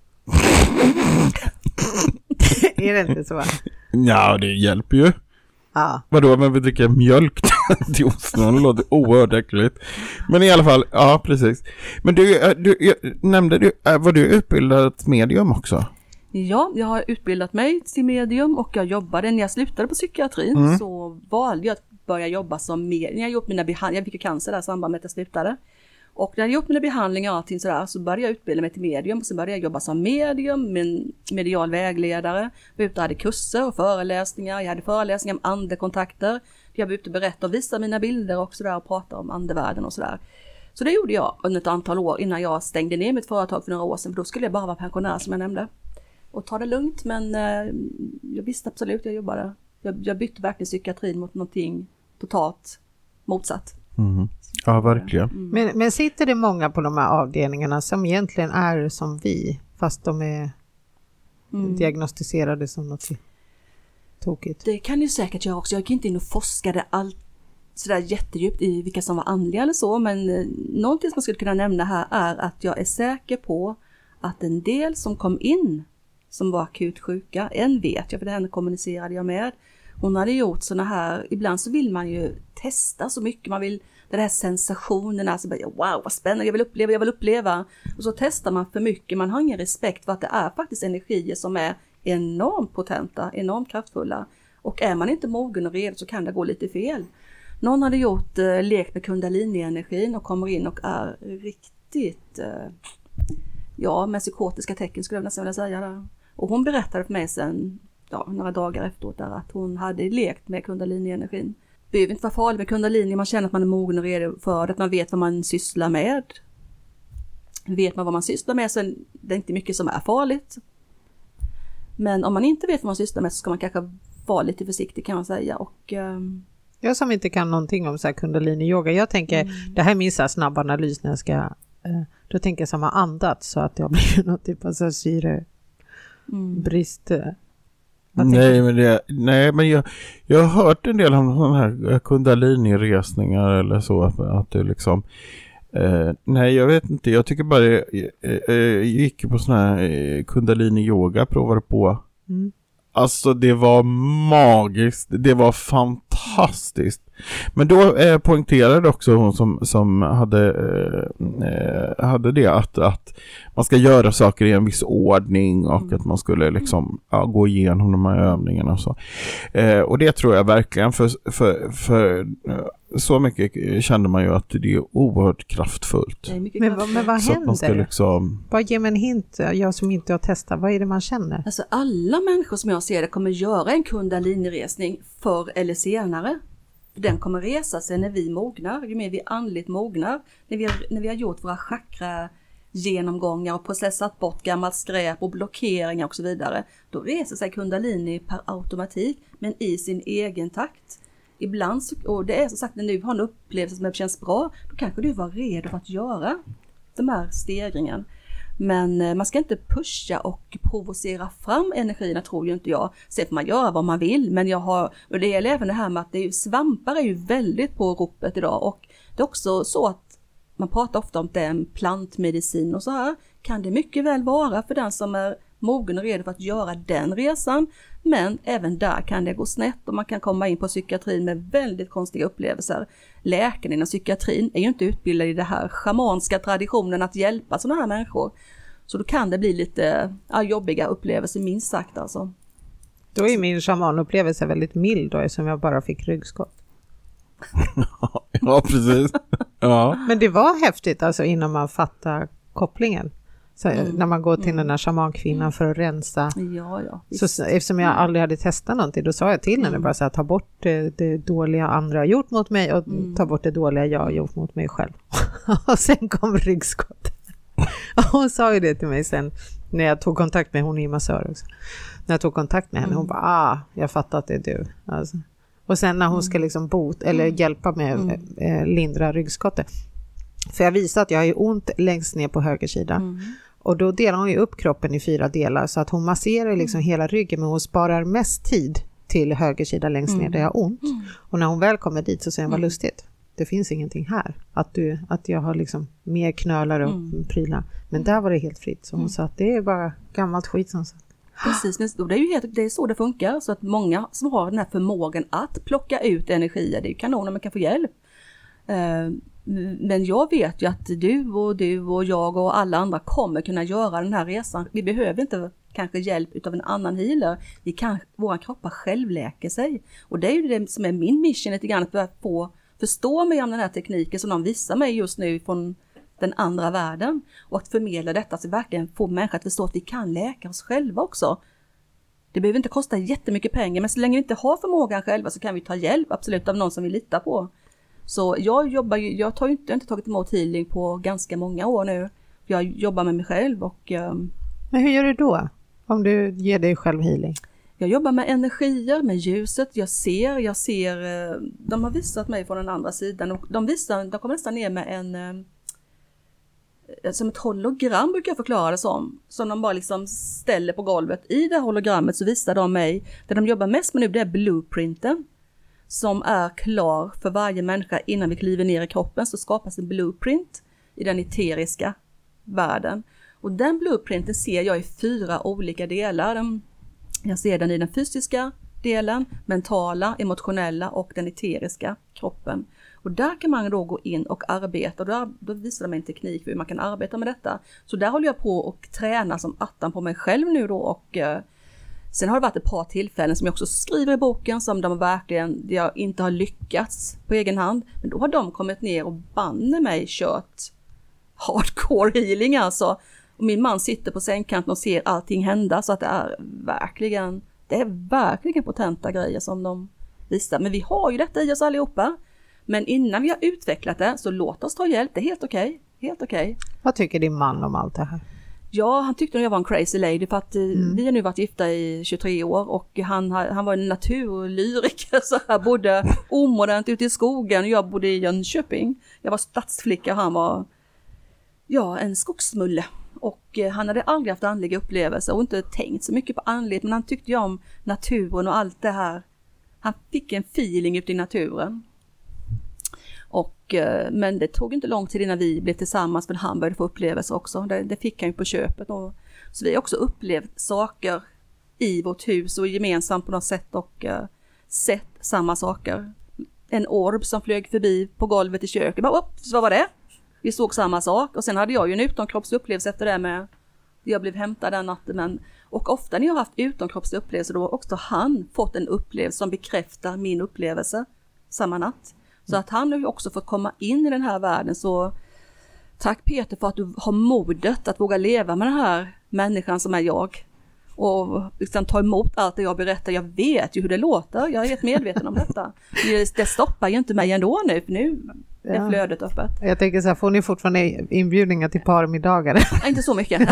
Är det inte så? Ja, det hjälper ju. Ja. Vadå, men vi dricker mjölk till ostron, det låter oerhört äckligt. Men i alla fall, ja precis. Men du, du jag, nämnde du, var du utbildat medium också? Ja, jag har utbildat mig till medium och jag jobbade, när jag slutade på psykiatrin mm. så valde jag att börja jobba som medium. Jag gjort mina behandlingar, jag fick ju cancer där i samband med att jag slutade. Och när jag gjort mina behandlingar och allting sådär, så började jag utbilda mig till medium. Och så började jag jobba som medium, med medial vägledare. Jag var ute och hade kurser och föreläsningar. Jag hade föreläsningar om andekontakter. Jag var ute och berättade och visade mina bilder och sådär och pratade om andevärlden och sådär. Så det gjorde jag under ett antal år innan jag stängde ner mitt företag för några år sedan. För då skulle jag bara vara pensionär som jag nämnde. Och ta det lugnt, men eh, jag visste absolut jag jobbade. Jag, jag bytte verkligen psykiatrin mot någonting totalt motsatt. Mm. Ja, verkligen. Mm. Men, men sitter det många på de här avdelningarna som egentligen är som vi, fast de är mm. diagnostiserade som något tokigt? Det kan ju säkert göra också. Jag gick inte in och forskade allt sådär jättedjupt i vilka som var andliga eller så, men eh, någonting som man skulle kunna nämna här är att jag är säker på att en del som kom in som var akut sjuka, en vet jag, för det henne kommunicerade jag med. Hon hade gjort såna här, ibland så vill man ju testa så mycket, man vill, den här sensationerna, så bara, wow vad spännande, jag vill uppleva, jag vill uppleva. Och så testar man för mycket, man har ingen respekt för att det är faktiskt energier som är enormt potenta, enormt kraftfulla. Och är man inte mogen och redo så kan det gå lite fel. Någon hade gjort eh, lek med kundalini-energin och kommer in och är riktigt, eh, ja, med psykotiska tecken skulle jag nästan vilja säga där. Och hon berättade för mig sen, ja, några dagar efteråt där, att hon hade lekt med kundalini-energin. Det behöver inte vara farligt med kundalini, man känner att man är mogen och redo för det, att man vet vad man sysslar med. Vet man vad man sysslar med så är det inte mycket som är farligt. Men om man inte vet vad man sysslar med så ska man kanske vara lite försiktig kan man säga. Och, um... Jag som inte kan någonting om så här kundalini-yoga, jag tänker, mm. det här är min så här snabb analys när jag ska, eh, då tänker jag som har andats så att jag blir något typ av så här syrebrist. Mm. Nej men, det, nej, men jag, jag har hört en del om sådana här kundalini-resningar eller så, att, att det liksom eh, nej jag vet inte, jag tycker bara jag, jag gick på sån här eh, kundalini-yoga, provade på. Mm. Alltså det var magiskt, det var fantastiskt. Men då eh, poängterade också hon som, som hade, eh, hade det att, att man ska göra saker i en viss ordning och mm. att man skulle liksom ja, gå igenom de här övningarna och så. Eh, och det tror jag verkligen, för, för, för så mycket kände man ju att det är oerhört kraftfullt. Är men, vad, men vad händer? Liksom... Bara ge mig en hint, jag som inte har testat, vad är det man känner? Alltså alla människor som jag ser det kommer göra en kundalini-resning förr eller senare. Den kommer resa sig när vi mognar, ju mer vi andligt mognar, när vi har, när vi har gjort våra chakra genomgångar och processat bort gammalt skräp och blockeringar och så vidare. Då reser sig kundalini per automatik, men i sin egen takt. Ibland, och det är som sagt, när du har en upplevelse som känns bra, då kanske du var redo för att göra de här stegringen. Men man ska inte pusha och provocera fram energierna, tror ju inte jag. Sen får man göra vad man vill, men jag har, och det gäller även det här med att det är ju, svampar är ju väldigt på ropet idag. Och det är också så att man pratar ofta om det är en plantmedicin och så här. Kan det mycket väl vara för den som är mogen och redo för att göra den resan. Men även där kan det gå snett och man kan komma in på psykiatrin med väldigt konstiga upplevelser. Läkarna inom psykiatrin är ju inte utbildade i det här schamanska traditionen att hjälpa sådana här människor. Så då kan det bli lite ja, jobbiga upplevelser, minst sagt alltså. Då är min shamanupplevelse väldigt mild då, som jag bara fick ryggskott. Ja, precis. Ja. Men det var häftigt alltså innan man fattar kopplingen. Så mm. när man går till mm. den här shamankvinnan för att rensa. Ja, ja, så, eftersom jag aldrig hade testat någonting, då sa jag till henne mm. bara så här, ta bort det, det dåliga andra har gjort mot mig och mm. ta bort det dåliga jag har gjort mot mig själv. Och sen kom ryggskott. Och hon sa ju det till mig sen när jag tog kontakt med, hon är massör också. När jag tog kontakt med henne, hon bara, ah, jag fattar att det är du. Alltså. Och sen när hon ska liksom bot eller hjälpa med mm. eh, lindra ryggskottet. För jag visar att jag har ju ont längst ner på höger sida. Mm. Och då delar hon ju upp kroppen i fyra delar. Så att hon masserar liksom mm. hela ryggen. Men hon sparar mest tid till höger sida längst ner mm. där jag har ont. Mm. Och när hon väl kommer dit så säger hon, vad lustigt. Det finns ingenting här. Att, du, att jag har liksom mer knölar och mm. prylar. Men där var det helt fritt. Så hon mm. sa att det är bara gammalt skit som sagt. Precis, det är ju helt, det är så det funkar. Så att många som har den här förmågan att plocka ut energier, det är ju kanon när man kan få hjälp. Men jag vet ju att du och du och jag och alla andra kommer kunna göra den här resan. Vi behöver inte kanske hjälp av en annan healer. Vi kan, våra kroppar självläker sig. Och det är ju det som är min mission lite grann, att börja få förstå mig om den här tekniken som de visar mig just nu från den andra världen. Och att förmedla detta så verkligen få människor att förstå att vi kan läka oss själva också. Det behöver inte kosta jättemycket pengar, men så länge vi inte har förmågan själva så kan vi ta hjälp absolut av någon som vi litar på. Så jag jobbar ju, jag, tar ju inte, jag har inte tagit emot healing på ganska många år nu. Jag jobbar med mig själv och... Um, men hur gör du då? Om du ger dig själv healing? Jag jobbar med energier, med ljuset. Jag ser, jag ser... De har visat mig från den andra sidan. Och de, visar, de kommer nästan ner med en... Som ett hologram brukar jag förklara det som. Som de bara liksom ställer på golvet. I det hologrammet så visar de mig... Det de jobbar mest med nu, det är blueprinten. som är klar för varje människa innan vi kliver ner i kroppen, så skapas en blueprint i den eteriska världen. Och den blueprinten ser jag i fyra olika delar. Jag ser den i den fysiska delen, mentala, emotionella och den eteriska kroppen. Och där kan man då gå in och arbeta, och då, då visar de en teknik för hur man kan arbeta med detta. Så där håller jag på och träna som attan på mig själv nu då, och eh, sen har det varit ett par tillfällen som jag också skriver i boken som de verkligen, jag inte har lyckats på egen hand. Men då har de kommit ner och banne mig kört hardcore healing alltså. Och min man sitter på sängkanten och ser allting hända, så att det är verkligen, det är verkligen potenta grejer som de visar. Men vi har ju detta i oss allihopa. Men innan vi har utvecklat det, så låt oss ta hjälp. Det är helt okej. Okay. Helt okej. Okay. Vad tycker din man om allt det här? Ja, han tyckte att jag var en crazy lady, för att mm. vi har nu varit gifta i tjugotre år, och han, han var en naturlyriker, så jag bodde omodernt ute i skogen, och jag bodde i Jönköping. Jag var stadsflicka och han var ja, en skogsmulle. Och han hade aldrig haft andliga upplevelser och inte tänkt så mycket på andlighet, men han tyckte ju om naturen och allt det här. Han fick en feeling ute i naturen. Och, men det tog inte lång tid innan vi blev tillsammans, för han började få upplevelser också. Det, det fick han ju på köpet. Och, så vi har också upplevt saker i vårt hus och gemensamt på något sätt, och uh, sett samma saker. En orb som flög förbi på golvet i köket. Bara, så vad var det? Vi såg samma sak. Och sen hade jag ju en utomkroppsupplevelse efter det med. Jag blev hämtad den natten. Men, och ofta när jag har haft utomkroppsupplevelser, då har också han fått en upplevelse som bekräftar min upplevelse samma natt. Så att han har ju också fått komma in i den här världen. Så tack Peter för att du har modet att våga leva med den här människan som är jag. Och liksom ta emot allt det jag berättar. Jag vet ju hur det låter. Jag är helt medveten om detta. Det stoppar ju inte mig ändå nu. För nu är ja. flödet öppet. Jag tänker så här, får ni fortfarande inbjudningar till parmiddagar? Nej, inte så mycket.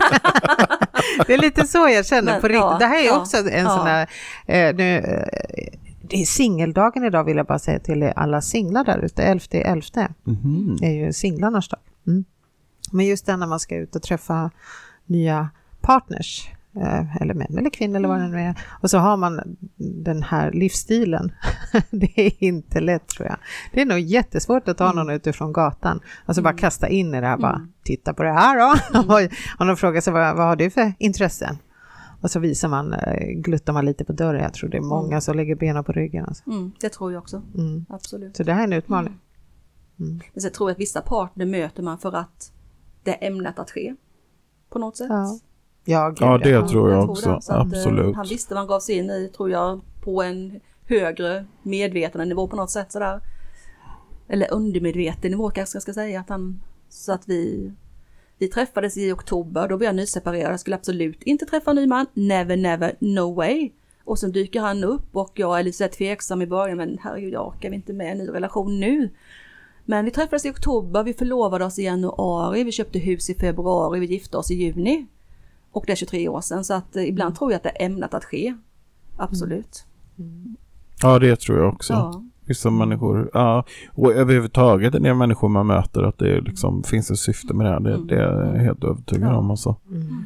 Det är lite så jag känner. Men, på riktigt. Ja, det här är ja, också en ja. sån här... Eh, nu, eh, det är singeldagen idag, vill jag bara säga till alla singlar där ute. elfte elfte Mm-hmm. är ju singlarnas dag. Mm. Men just den när man ska ut och träffa nya partners, eh, eller män eller kvinnor eller vad det nu är. Och så har man den här livsstilen. Det är inte lätt, tror jag. Det är nog jättesvårt att ta någon mm. utifrån gatan. Alltså mm. bara kasta in i det här. Bara, mm. titta på det här då. Mm. Och de frågar sig, vad, vad har du för intressen? Och så visar man, gluttar man lite på dörren. Jag tror det är många mm. som lägger benen på ryggen. Alltså. Mm, det tror jag också. Mm. Absolut. Så det här är en utmaning. Mm. Men så jag tror att vissa partner möter man för att det är ämnat att ske. På något sätt. Ja, ja, ja det ja. tror jag, jag tror också. Det. Att, absolut. Han visste vad han gav sig in i, tror jag, på en högre medvetande nivå på något sätt. Sådär. Eller undermedveten nivå kanske jag ska säga. Att han, så att vi... Vi träffades i oktober, då var jag nyseparerad. Jag skulle absolut inte träffa en ny man. Never, never, no way. Och sen dyker han upp och jag är lite så tveksam i början. Men herregud, jag orkar vi inte med en ny relation nu. Men vi träffades i oktober, vi förlovade oss i januari. Vi köpte hus i februari, vi gifte oss i juni. Och det är tjugotre år sedan. Så att eh, ibland tror jag att det är ämnat att ske. Absolut. Mm. Ja, det tror jag också. Ja. Vissa människor, ja, och överhuvudtaget när människor man möter att det liksom finns ett syfte med det här, det, Mm. det är jag helt övertygad Ja. om alltså. Mm.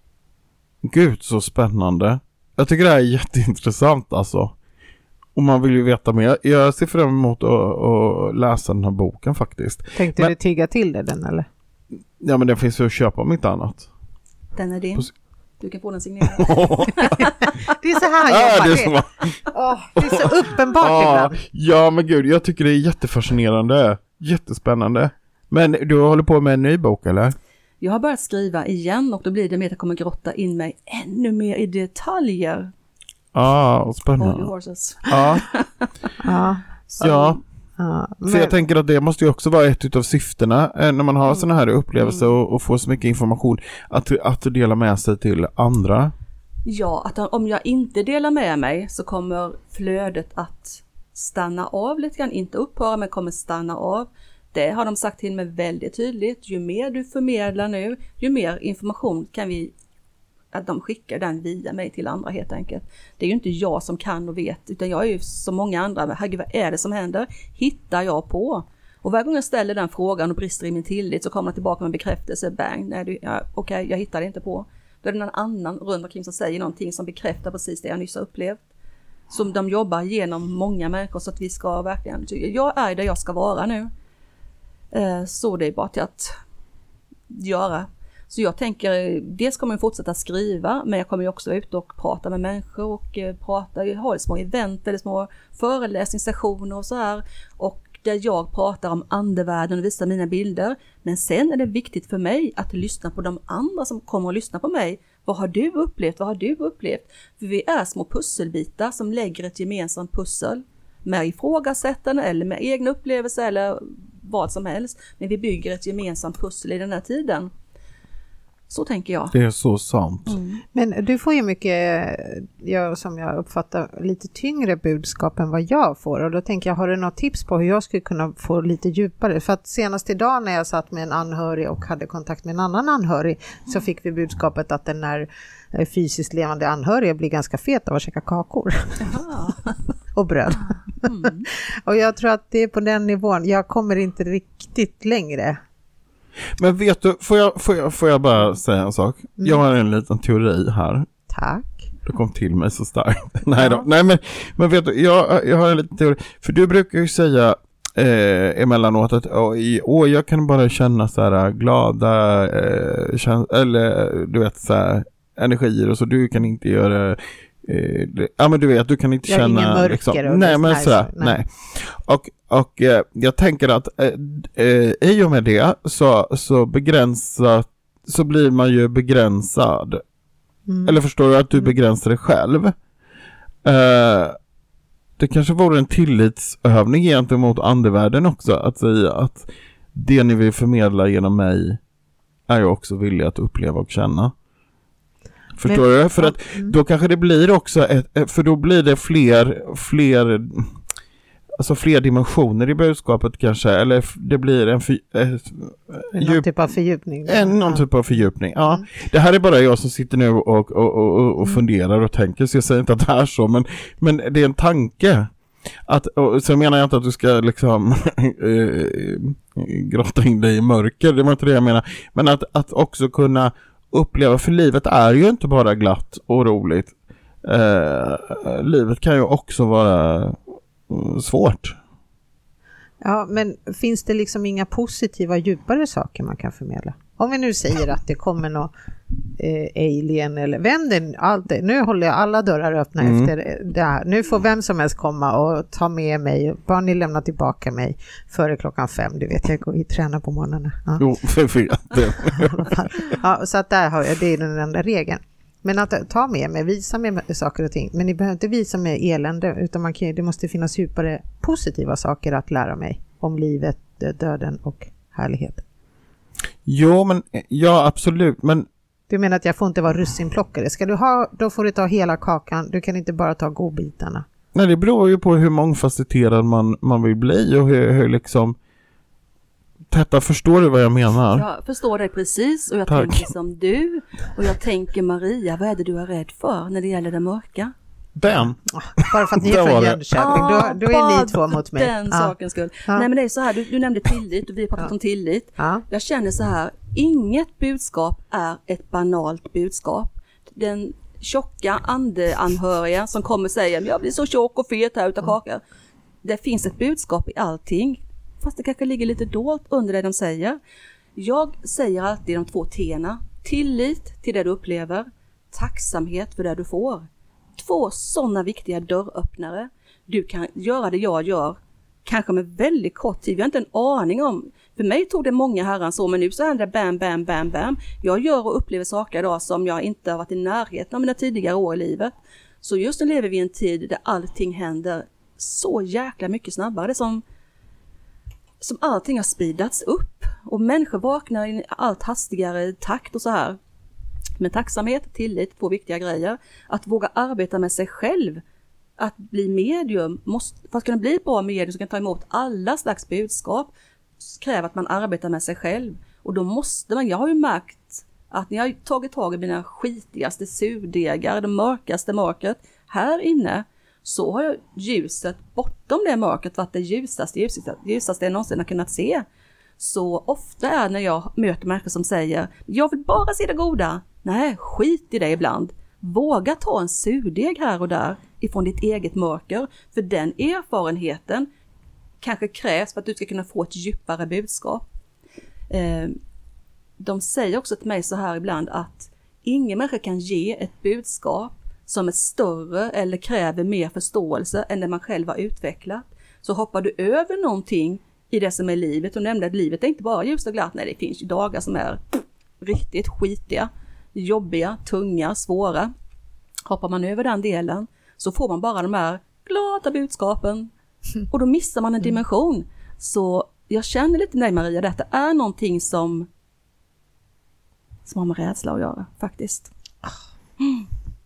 Gud, så spännande. Jag tycker det här är jätteintressant alltså. Och man vill ju veta mer. Jag ser fram emot att, att läsa den här boken faktiskt. Tänkte Men- du tigga till det den eller? Ja, men den finns ju att köpa om inte annat. Den är din. På s- Du kan få den signerad. Det är så här han Ja, jobbar. det är det, så. Åh, det är så uppenbart Ja, ibland. ja, men gud, jag tycker det är jättefascinerande. Jättespännande. Men du håller på med en ny bok, eller? Jag har börjat skriva igen och då blir det mer att jag kommer grotta in mig ännu mer i detaljer. Ja, Holy spännande. horses. Ja, Ja, ja. ja. För jag Men, tänker att det måste ju också vara ett utav syftena eh, när man har såna här upplevelser och, och får så mycket information att, att dela med sig till andra. Ja, att om jag inte delar med mig så kommer flödet att stanna av lite grann. Inte upphöra, men kommer stanna av. Det har de sagt till mig väldigt tydligt. Ju mer du förmedlar nu, ju mer information kan vi, att de skickar den via mig till andra helt enkelt. Det är ju inte jag som kan och vet, utan jag är ju som många andra. Men herregud, vad är det som händer? Hittar jag på? Och varje gång jag ställer den frågan och brister i min tillit så kommer jag tillbaka med en bekräftelse. Bang, nej, du, ja, okej, jag hittar det inte på. Då är det någon annan runt omkring som säger någonting som bekräftar precis det jag nyss har upplevt. som de jobbar genom många människor så att vi ska verkligen, jag är där jag ska vara nu. Så det är bara till att göra. Så jag tänker, det ska man fortsätta skriva, men jag kommer ju också ut och prata med människor och prata, jag har små event eller små föreläsningssessioner och så här, och där jag pratar om andevärlden och visar mina bilder. Men sen är det viktigt för mig att lyssna på de andra som kommer att lyssna på mig. Vad har du upplevt? Vad har du upplevt? För vi är små pusselbitar som lägger ett gemensamt pussel med ifrågasättande eller med egna upplevelser eller vad som helst. Men vi bygger ett gemensamt pussel i den här tiden. Så tänker jag. Det är så sant. Mm. Men du får ju mycket, jag, som jag uppfattar, lite tyngre budskap än vad jag får. Och då tänker jag, har du något tips på hur jag skulle kunna få lite djupare? För att senast idag när jag satt med en anhörig och hade kontakt med en annan anhörig så fick vi budskapet att den här fysiskt levande anhöriga blir ganska fet av att käka kakor. Och bröd. Mm. Och jag tror att det är på den nivån. Jag kommer inte riktigt längre. Men vet du, får jag, får jag, får jag bara säga en sak? Mm. Jag har en liten teori här. Tack. Du kom till mig så starkt. Nej då. Nej men, men vet du, jag, jag har en liten teori. För du brukar ju säga eh, emellanåt att åh, jag kan bara känna så här glada eh, kän- eller du vet så här energier och så. Du kan inte göra eh, det, ja men du vet, du kan inte jag känna ingen mörker liksom, och nej men så här, nej. nej. Och Och eh, jag tänker att eh, eh, i och med det så, så begränsat så blir man ju begränsad. Mm. Eller förstår du att du begränsar dig själv? Eh, det kanske vore en tillitsövning gentemot andevärlden också. Att säga att det ni vill förmedla genom mig är jag också villig att uppleva och känna. Förstår Men, du? För att mm. då kanske det blir också ett, för då blir det fler fler alltså fler dimensioner i budskapet kanske, eller det blir en för, eh, någon djup, typ av fördjupning. En, någon ja. typ av fördjupning, ja. Mm. Det här är bara jag som sitter nu och, och, och, och mm. funderar och tänker, så jag säger inte att det är så, men, men det är en tanke. Att, och, så menar jag inte att du ska liksom grotta in dig i mörker, det var inte det jag menar. Men att, att också kunna uppleva, för livet är ju inte bara glatt och roligt. Eh, livet kan ju också vara svårt. Ja, men finns det liksom inga positiva, djupare saker man kan förmedla? Om vi nu säger att det kommer någon eh, alien eller vem det, allt det, nu håller jag alla dörrar öppna mm. efter det här. Nu får vem som helst komma och ta med mig, bara ni lämnar tillbaka mig före klockan fem. Du vet, jag går och tränar på morgonen. Ja. Jo, för det. Ja, så att där har jag, det är den enda regeln. Men att ta med mig, visa med saker och ting. Men ni behöver inte visa med elände, utan man kan, det måste finnas djupare positiva saker att lära mig om livet, döden och härligheten. Jo, men ja, absolut. Men du menar att jag får inte vara russinplockare? Ska du ha, då får du ta hela kakan. Du kan inte bara ta godbitarna. Nej, det beror ju på hur mångfacetterad man, man vill bli och hur, hur liksom... Tetta, förstår du vad jag menar? Jag förstår dig precis, och jag Tack. tänker som du. Och jag tänker, Maria, vad är det du är rädd för när det gäller det mörka? Den. Bara för att ni är från Jönköping, ah, då, då är ni två mot mig. Den ah. sakens skull. Ah. Nej, men det är så här, du, du nämnde tillit och vi har pratat ah. om tillit. Ah. Jag känner så här, inget budskap är ett banalt budskap. Den tjocka andeanhöriga som kommer säga, jag blir så tjock och fet här utav kakor. Mm. Det finns ett budskap i allting. Fast det kanske ligger lite dolt under det de säger. Jag säger alltid de två T'na. Tillit till det du upplever. Tacksamhet för det du får. Två sådana viktiga dörröppnare. Du kan göra det jag gör. Kanske med väldigt kort tid. Vi har inte en aning om. För mig tog det många herrans år. Men nu så händer det bam, bam, bam, bam. Jag gör och upplever saker idag som jag inte har varit i närheten av mina tidigare år i livet. Så just nu lever vi i en tid där allting händer så jäkla mycket snabbare. Det är som... som allting har speedats upp och människor vaknar i allt hastigare takt och så här. Men tacksamhet, tillit på viktiga grejer. Att våga arbeta med sig själv. Att bli medium. Måste, för att kunna bli ett bra medium som kan ta emot alla slags budskap kräver att man arbetar med sig själv. Och då måste man, jag har ju märkt att ni har tagit tag i mina skitigaste surdegar, det mörkaste mörkret här inne. Så har ljuset bortom det mörkret varit det ljusaste, ljusaste, ljusaste jag någonsin har kunnat se. Så ofta är när jag möter människor som säger, jag vill bara se det goda. Nej, skit i det ibland. Våga ta en surdeg här och där. ifrån ditt eget mörker. För den erfarenheten kanske krävs för att du ska kunna få ett djupare budskap. Eh, de säger också till mig så här ibland att ingen människa kan ge ett budskap som är större eller kräver mer förståelse än det man själv har utvecklat. Så hoppar du över någonting i det som är livet och nämnde att livet är inte bara ljust och glatt. Nej, det finns ju dagar som är riktigt skitiga, jobbiga, tunga, svåra. Hoppar man över den delen så får man bara de här glada budskapen och då missar man en dimension. Så jag känner lite, nej Maria, detta är någonting som som har med rädsla att göra faktiskt. Mm.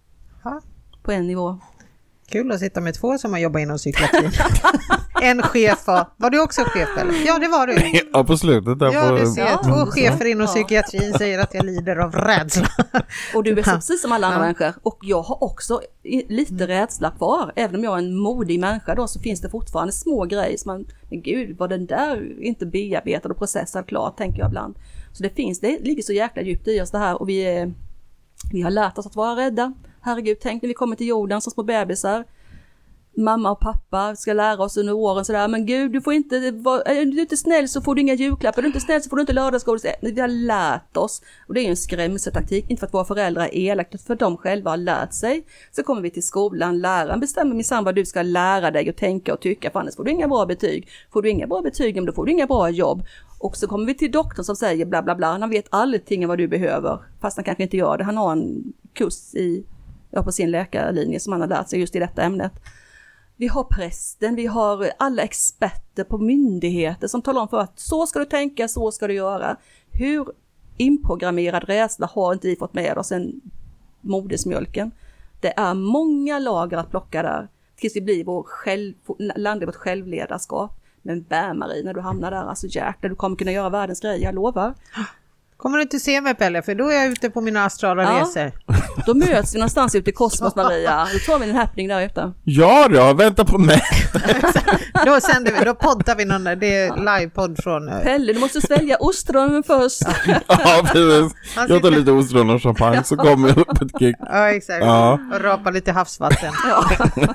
På en nivå. Kul att sitta med två som har jobbat inom psykiatrin. En chef var, var du också chef eller? Ja, det var du. Ja, på slutet där. Ja, på... du ser, ja, två chefer inom ja. psykiatrin säger att jag lider av rädsla. Och du är precis som alla andra Ja. människor. Och jag har också lite mm. rädsla kvar. Även om jag är en modig människa då, så finns det fortfarande små grejer som man, men gud, var den där inte bearbetad och processad klart, tänker jag ibland. Så det finns, det ligger så jäkla djupt i oss det här och vi, är, vi har lärt oss att vara rädda. Herregud, tänk när vi kommer till jorden som små bebisar. Mamma och pappa ska lära oss under åren sådär, men gud, du får inte, är du inte snäll så får du inga julklappar, är du inte snäll så får du inte lördagsgodis. Vi har lärt oss, och det är ju en skrämseltaktik, inte för att våra föräldrar är elaka, för de själva har lärt sig. Så kommer vi till skolan, läraren bestämmer minsann vad du ska lära dig och tänka och tycka, för annars får du inga bra betyg. Får du inga bra betyg, då får du inga bra jobb. Och så kommer vi till doktorn som säger bla bla bla, han vet allting vad du behöver, fast han kanske inte gör det. Han har en kurs i, ja, på sin läkarlinje som han har lärt sig just i detta ämnet. Vi har prästen, vi har alla experter på myndigheter som talar om för att så ska du tänka, så ska du göra. Hur inprogrammerad rädsla har inte vi fått med oss än modersmjölken. Det är många lager att plocka där tills vi blir vår själv, landar i vårt självledarskap. Men bär Marie, när du hamnar där, alltså jäklar, du kommer kunna göra världens grej, jag lovar. Kommer du inte se mig Pelle, för då är jag ute på mina astrala Ja. resor. Då möts vi någonstans ute i kosmos, Maria. Då tar vi en happening där ute. Ja då, vänta på mig. Då sänder vi, då poddar vi någon där, det är livepodd från... Pelle, du måste svälja ostronen först. Ja, precis. Jag tar lite ostron och champagne så kommer jag upp ett kick. Ja, exakt. Ja. Och rapa lite havsvatten. Ja.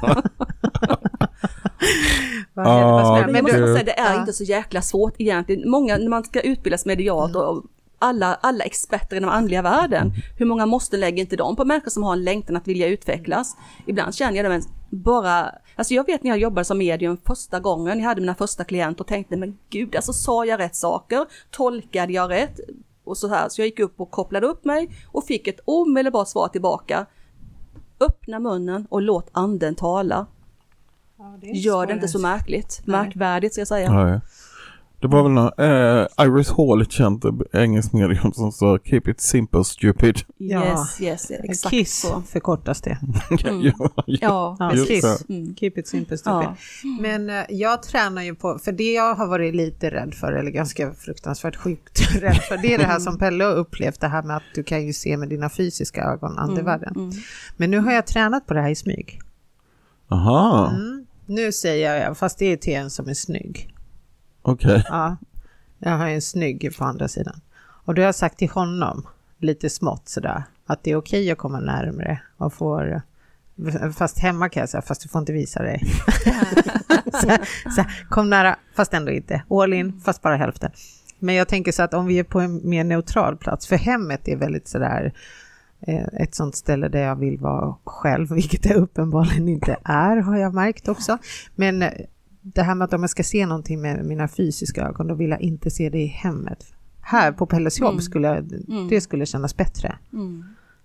Ja, Men jag måste det- säga, det är Ja. inte så jäkla svårt egentligen. Många, när man ska utbildas mediat och alla, alla experter inom andliga världen, hur många måste lägga inte dem på människor som har en längtan att vilja utvecklas? Ibland känner jag det, men bara, alltså jag vet när jag jobbade som medium första gången, jag hade mina första klienter och tänkte, men gud, alltså sa jag rätt saker? Tolkade jag rätt? Och så här, så jag gick upp och kopplade upp mig och fick ett omedelbart svar tillbaka. Öppna munnen och låt anden tala. Ja, det är Gör det svårare. inte så märkligt. Nej. Märkvärdigt ska jag säga. Ja, ja. Det var väl någon, eh, Iris Hall, ett känt engelsk medium som sa keep it simple stupid. Ja. Yes, yes, exakt Kiss så. förkortas det. Mm. ja, ja. Ja, Ja, precis. kiss. Mm. Keep it simple stupid. Ja. Men eh, jag tränar ju på, för det jag har varit lite rädd för, eller ganska fruktansvärt sjukt rädd för, det är det här som Pelle har upplevt, det här med att du kan ju se med dina fysiska ögon andevärlden. Mm. Men nu har jag tränat på det här i smyg. Aha, Mm. Nu säger jag, fast det är till en som är snygg. okej. Ja, jag har en snygg på andra sidan. Och då har jag sagt till honom, lite smått sådär, att det är okej att komma närmare och får, fast hemma kan jag säga, fast du får inte visa dig. så, så, kom nära, fast ändå inte. All in, fast bara hälften. Men jag tänker så att om vi är på en mer neutral plats, för hemmet är väldigt sådär, ett sånt ställe där jag vill vara själv, vilket jag uppenbarligen inte är, har jag märkt också. Men det här med att om jag ska se någonting med mina fysiska ögon, då vill jag inte se det i hemmet. Här på Pelles jobb Mm. skulle jag, Mm. det skulle kännas bättre. Mm.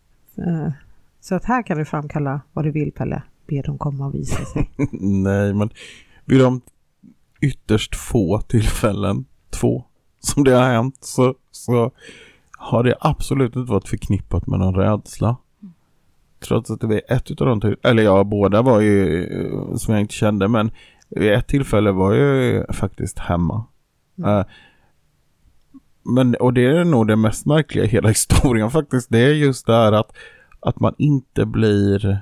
Så att här kan du framkalla vad du vill, Pelle. Be dem komma och visa sig. Nej, men vid de ytterst få tillfällen, två, som det har hänt, så, så har det absolut inte varit förknippat med någon rädsla. Trots att det var ett utav de till, eller ja, båda var ju som jag inte kände, men vid ett tillfälle var jag ju faktiskt hemma. Mm. Uh, men, och det är nog det mest märkliga i hela historien faktiskt, det är just det här att, att man inte blir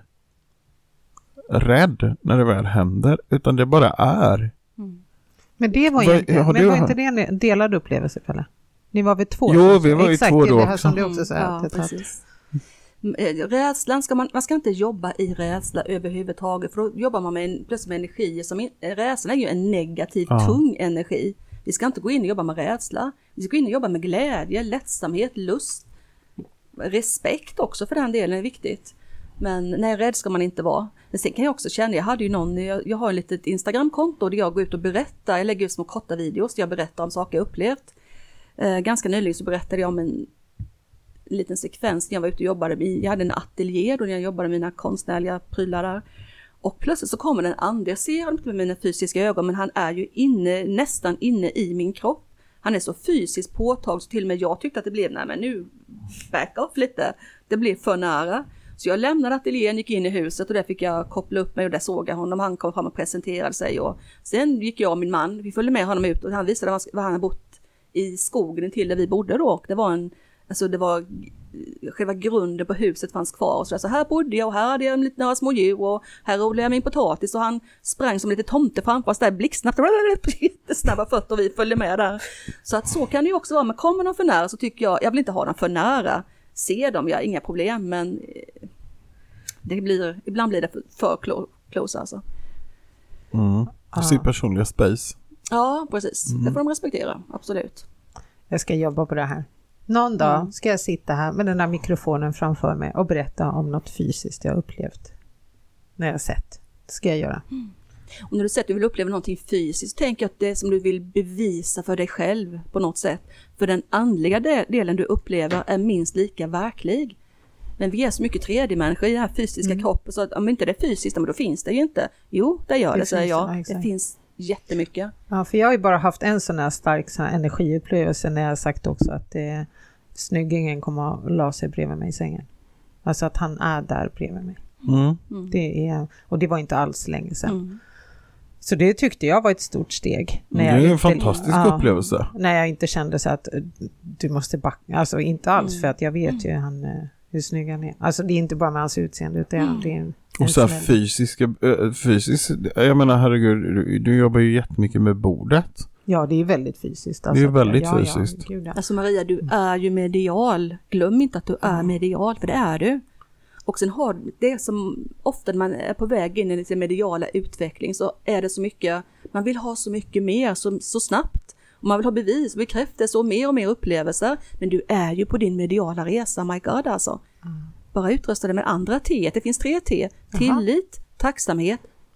rädd när det väl händer, utan det bara är. Mm. Men det var, Vad- egentligen, har men du- var inte det en delad upplevelse, Pelle? Ni var väl två? Jo, vi var ju Exakt, två det är då det här också. som du också säger. Ja, att det tar- precis. Rädslan ska man, man ska inte jobba i rädsla överhuvudtaget, för då jobbar man med, en, plötsligt med energi som, in, rädslan är ju en negativ, ja. tung energi. Vi ska inte gå in och jobba med rädsla, vi ska gå in och jobba med glädje, lättsamhet, lust, respekt också för den delen är viktigt. Men nej, rädd ska man inte vara. Men sen kan jag också känna, jag hade ju någon, jag, jag har ett litet Instagram-konto där jag går ut och berättar, jag lägger ut små korta videos där jag berättar om saker jag upplevt. Eh, ganska nyligen så berättade jag om en liten sekvens när jag var ute och jobbade, jag hade en ateljé då jag jobbade med mina konstnärliga prylar där. Och plötsligt så kommer en ande, jag ser honom inte med mina fysiska ögon, men han är ju inne, nästan inne i min kropp. Han är så fysiskt påtaglig så till och med jag tyckte att det blev, nej men nu back off lite, det blev för nära. Så jag lämnade ateljén, gick in i huset och där fick jag koppla upp mig och där såg jag honom. Han kom fram och presenterade sig och sen gick jag och min man, vi följde med honom ut och han visade var han hade bott i skogen till där vi bodde då. Och det var en, alltså det var själva grunden på huset fanns kvar och så, där. Så här bodde jag och här hade jag lite några små djur och här odlade jag min potatis och han sprang som lite tomte framför oss där blixtsnabbt, jättesnabba fötter och vi följde med där. Så att så kan det ju också vara, men kommer de för nära så tycker jag, jag vill inte ha dem för nära. Se dem, jag har inga problem, men det blir, ibland blir det för, för close alltså. Mm. För sin personliga space. Ja, precis. Mm. Det får de respektera, absolut. Jag ska jobba på det här. Någon dag mm. ska jag sitta här med den där mikrofonen framför mig och berätta om något fysiskt jag upplevt. När jag har sett. Det ska jag göra. Mm. Och när du säger att du vill uppleva någonting fysiskt, tänker jag att det är som du vill bevisa för dig själv på något sätt. För den andliga delen du upplever är minst lika verklig. Men vi är så mycket tredimensioner i den här fysiska mm. kroppen så att om inte det är fysiskt, men då finns det ju inte. Jo, det gör det, det säger jag. Det, det finns jättemycket. Ja, för jag har ju bara haft en sån här stark sån här energiupplevelse när jag har sagt också att det, snyggingen kommer att la sig bredvid mig i sängen. Alltså att han är där bredvid mig. Mm. Mm. Det är, och det var inte alls länge sedan. Mm. Så det tyckte jag var ett stort steg. När det jag är en inte, fantastisk ja, upplevelse. När jag inte kände så att du måste backa. Alltså inte alls, Mm. för att jag vet ju han, hur snygg han är. Alltså det är inte bara med hans utseende utan mm. det är en, och så här fysiska, äh, fysiskt, jag menar herregud, du, du jobbar ju jättemycket med bordet. Ja, det är väldigt fysiskt. Alltså, det är väldigt ja, fysiskt. Ja, gud, ja. Alltså Maria, du är ju medial. Glöm inte att du är medial, för det är du. Och sen har det som ofta när man är på väg in i sin mediala utveckling så är det så mycket, man vill ha så mycket mer så, så snabbt. Och man vill ha bevis, bekräftelse och mer och mer upplevelser. Men du är ju på din mediala resa, my God alltså. Mm. Bara utrösta det med andra T. Det finns tre T. Tillit, Aha. tacksamhet,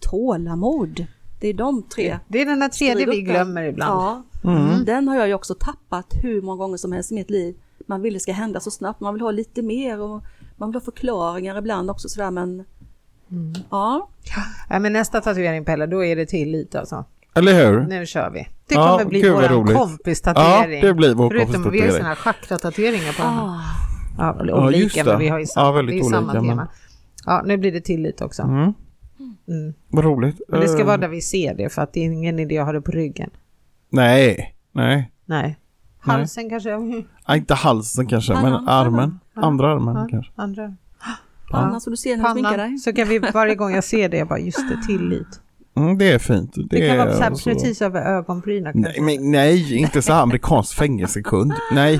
tålamod. Det är de tre. Det är den där tredje vi glömmer ibland. Ja, mm. Den har jag ju också tappat hur många gånger som helst i mitt liv. Man vill det ska hända så snabbt, man vill ha lite mer och man vill ha förklaringar ibland också sådär, men mm. ja. Ja, men nästa tatuering, Pelle, då är det tillit alltså. Eller hur? Nu kör vi. Det ja, kommer bli vår kompis tatuering. Ja, det blir vår Förutom kompis vi har sådana här chakra-tatueringar på honom. Ah. Ja, olika, ja, men vi har ju samma, ja, väldigt det är olika, samma tema. Men... Ja, nu blir det tillit också. Mm. Mm. Vad roligt. Men det ska vara där vi ser det, för att det är ingen idé att ha det på ryggen. Nej, nej. Nej. Halsen Nej. kanske? Ja, inte halsen kanske, Pannan, men armen. Pannan. Andra armen ja, kanske. Andra. Pannan, ja. Så du ser när du sminkar dig. Så kan vi varje gång jag ser det, jag bara just det, tillit. Mm, det är fint. Det, det kan är vara så här så... precis över ögonbryna. Nej, men, nej, inte så här amerikansk fängelsekund. Nej.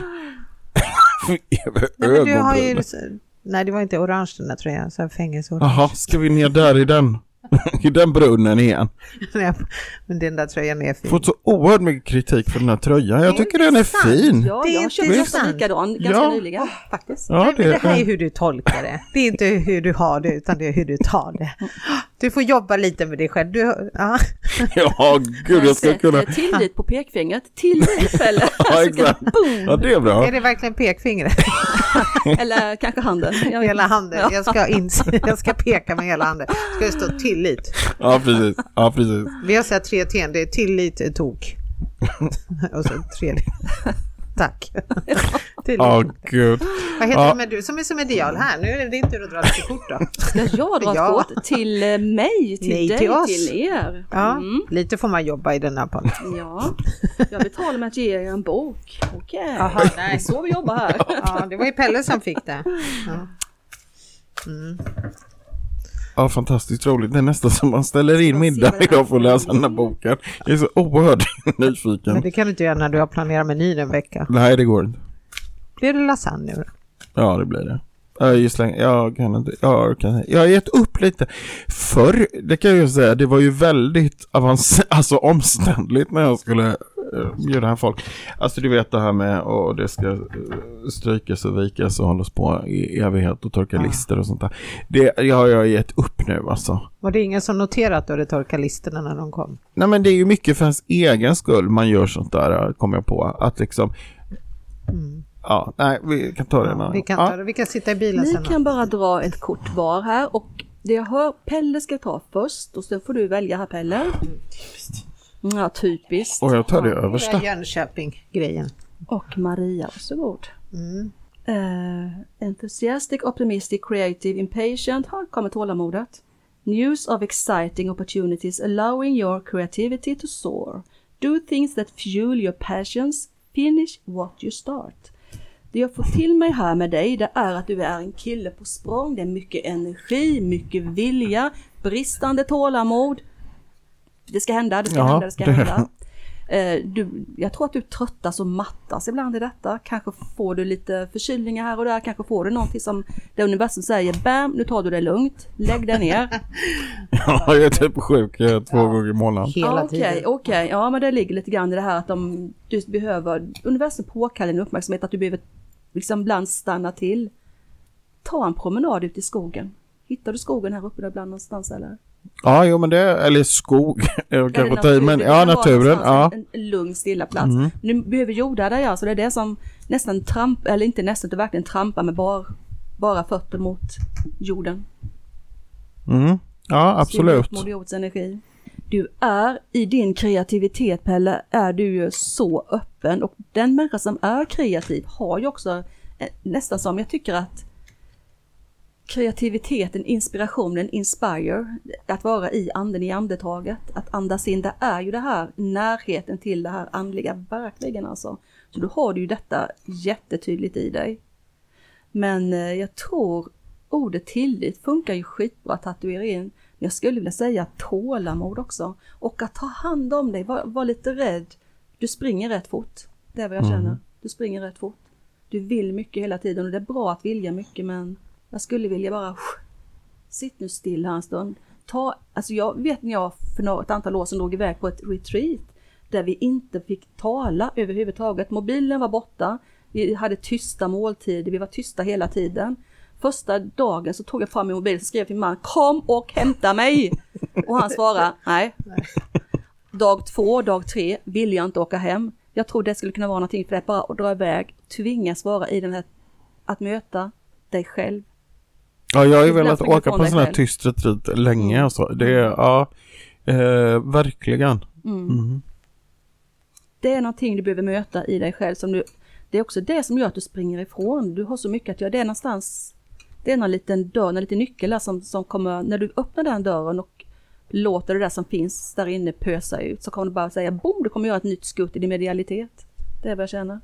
nej, men du har ju, nej, det var inte orange den där tröjan, så här fängelseorange. Jaha, ska vi ner där i den? I den brunnen igen. Men den där tröjan är fin. Fått så oerhört mycket kritik för den här tröjan. Jag tycker den är fin. Ja, det är jag köpte nästan likadan ganska ja. nyligen faktiskt. Ja, det, det här är hur du tolkar det. Det är inte hur du har det, utan det är hur du tar det. Du får jobba lite med dig själv. Du, ja. ja, gud, jag ska kunna... Tillit på pekfingret. Tillit, eller? Ja, exakt. Ja, det är bra. Är det verkligen pekfingret? Eller kanske handen. Hela handen. Ja. Jag, ska in, jag ska peka med hela handen. Ska det stå tillit? Ja, precis. Ja, precis. Vi har sett tre T. Det är tillit, tok. Och så tredje. Tack. Ja, oh, gud. Vad heter ja. det med du som är så medial här? Nu är det inte du drar lite kort då. Ska jag dra ja. kort till mig, till Nej, dig, till, oss. till er? Ja, mm. lite får man jobba i den här podden. Ja, jag betalar med att ge er en bok. Okej, okay. Nej, så vi jobbar här. Ja, det var ju Pelle som fick det. Ja. Mm. Ja, fantastiskt roligt. Det är nästan som man ställer in middag idag för att läsa den här boken. Jag är så oerhört nyfiken. Men det kan du inte göra när du har planerat menyn en vecka. Nej, det går inte. Blir det lasagne nu? Ja, det blir det. Jag, just länge, jag kan inte, jag kan Jag har gett upp lite. Förr, det kan jag ju säga, det var ju väldigt avancerat, alltså omständligt när jag skulle uh, bjuda här folk. Alltså du vet det här med och det ska uh, strykas och vikas och hållas på i evighet och torka ja. lister och sånt där. Det jag har jag gett upp nu alltså. Var det ingen som noterat att du hade torkat listerna när de kom? Nej men det är ju mycket för ens egen skull man gör sånt där, kommer jag på. Att liksom... Mm. Ja, nej, vi kan ta det. Ja, vi kan ta ja. det. Vi kan sitta i bilen Ni sen. Ni kan bara dra ett kort var här och det jag hör, Pelle ska ta först och sen får du välja här, Pelle. Mm, typiskt. Ja, typiskt. Och jag tar det ja, översta. Det är Jönköping-grejen. Och Maria, varsågod. Mm. Uh, enthusiastic, optimistic, creative, impatient. Här kommer tålamodet. News of exciting opportunities allowing your creativity to soar. Do things that fuel your passions. Finish what you start. Det jag får till mig här med dig, det är att du är en kille på språng. Det är mycket energi, mycket vilja, bristande tålamod. Det ska hända, det ska ja, hända, det ska det. hända. Uh, du, jag tror att du tröttas och mattas ibland i detta. Kanske får du lite förkylningar här och där. Kanske får du någonting som det universum säger, bam, nu tar du det lugnt. Lägg dig ner. Ja, jag är typ sjuk två ja. gånger i månaden. Hela tiden. Okej, okay, okay. Ja, men det ligger lite grann i det här att de, du behöver, universum påkallar din uppmärksamhet, att du behöver liksom ibland stanna till. Ta en promenad ut i skogen. Hittar du skogen här uppe där ibland någonstans eller? Ja, jo men det är, eller skog, jag kanske tar i, men ja, naturen, ja. En, en lugn, stilla plats. Mm. Nu behöver jorda där, ja, så det är det som nästan tramp, eller inte nästan, det verkligen trampar med bar, bara fötter mot jorden. Mm. Ja, absolut. Mot jordens energi. Du är, i din kreativitet, Pelle, är du ju så öppen, och den människa som är kreativ har ju också eh, nästan som, jag tycker att kreativiteten, inspirationen, inspire, att vara i anden i andetaget, att andas in, det är ju det här närheten till det här andliga, verkligen alltså. Så då har du ju detta jättetydligt i dig. Men eh, jag tror ordet tillit funkar ju skitbra att tatuera in, men jag skulle vilja säga tålamod också, och att ta hand om dig, var, var lite rädd, du springer rätt fort, det är vad jag känner, du springer rätt fort, du vill mycket hela tiden och det är bra att vilja mycket, men jag skulle vilja bara sitt nu still här en stund. Ta, alltså jag vet när jag för några, ett antal år sedan drog iväg på ett retreat där vi inte fick tala överhuvudtaget. Mobilen var borta, vi hade tysta måltider, vi var tysta hela tiden. Första dagen så tog jag fram min mobil och skrev till man, kom och hämta mig. Och han svarade, nej. Dag två, dag tre vill jag inte åka hem. Jag tror det skulle kunna vara någonting för det, bara att dra iväg, tvingas vara i den här, att möta dig själv. Ja, jag har ju velat åka på en sån här tyst retreat länge. Alltså. Det är, ja, eh, verkligen. Mm. Mm. Det är någonting du behöver möta i dig själv. Som du, det är också det som gör att du springer ifrån. Du har så mycket att göra. Det är någonstans, det är någon liten dörr, en liten nyckel som, som kommer, när du öppnar den dörren och låter det där som finns där inne pösa ut, så kommer du bara säga, boom, du kommer göra ett nytt skutt i din medialitet. Det är vad jag känner.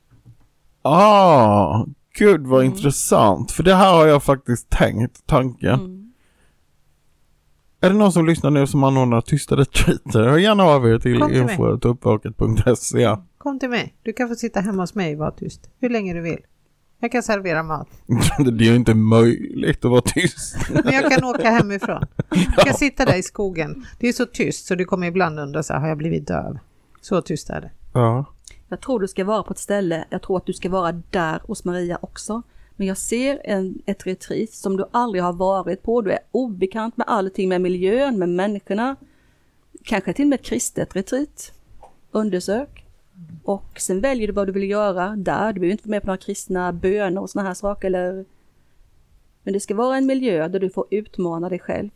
Ah, gud vad mm. intressant. För det här har jag faktiskt tänkt, tanken. Mm. Är det någon som lyssnar nu som anordnar tysta retreater? Hör gärna av er till info punkt uppvaket punkt se. Kom till mig. Du kan få sitta hemma hos mig och vara tyst. Hur länge du vill. Jag kan servera mat. Det är ju inte möjligt att vara tyst. Men jag kan åka hemifrån. Jag kan sitta där i skogen. Det är så tyst så du kommer ibland undra så här, har jag blivit döv? Så tyst är det. Ja. Jag tror du ska vara på ett ställe, jag tror att du ska vara där hos Maria också. Men jag ser en, ett retreat som du aldrig har varit på. Du är obekant med allting, med miljön, med människorna. Kanske till och med ett kristet retreat. Undersök. Och sen väljer du vad du vill göra där. Du behöver inte vara med på några kristna böner och såna här saker. Eller... Men det ska vara en miljö där du får utmana dig själv.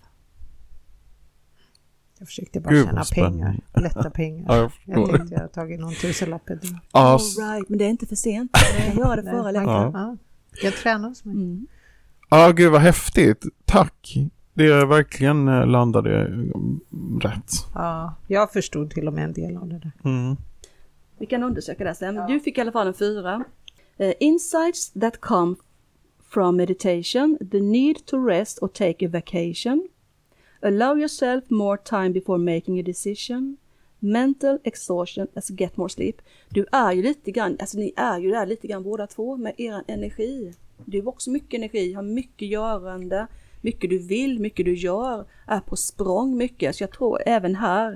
Jag försökte bara Gud, tjäna pengar. Lätta pengar. Ja, jag, jag tänkte jag har tagit någon tusenlapp. All right, men det är inte för sent. Jag gör det före längre. Ja. Ja. Jag tränar hos mig. Mm. Ja, gud vad häftigt. Tack. Det är verkligen landade rätt. Ja, jag förstod till och med en del av det där. Mm. Vi kan undersöka det sen. Du fick i alla fall en fyra. Uh, insights that come from meditation. The need to rest or take a vacation. Allow yourself more time before making a decision. Mental exhaustion as get more sleep. Du är ju lite grann, alltså ni är ju där lite grann båda två med er energi. Du har också mycket energi, har mycket görande, mycket du vill, mycket du gör, är på språng mycket. Så jag tror även här,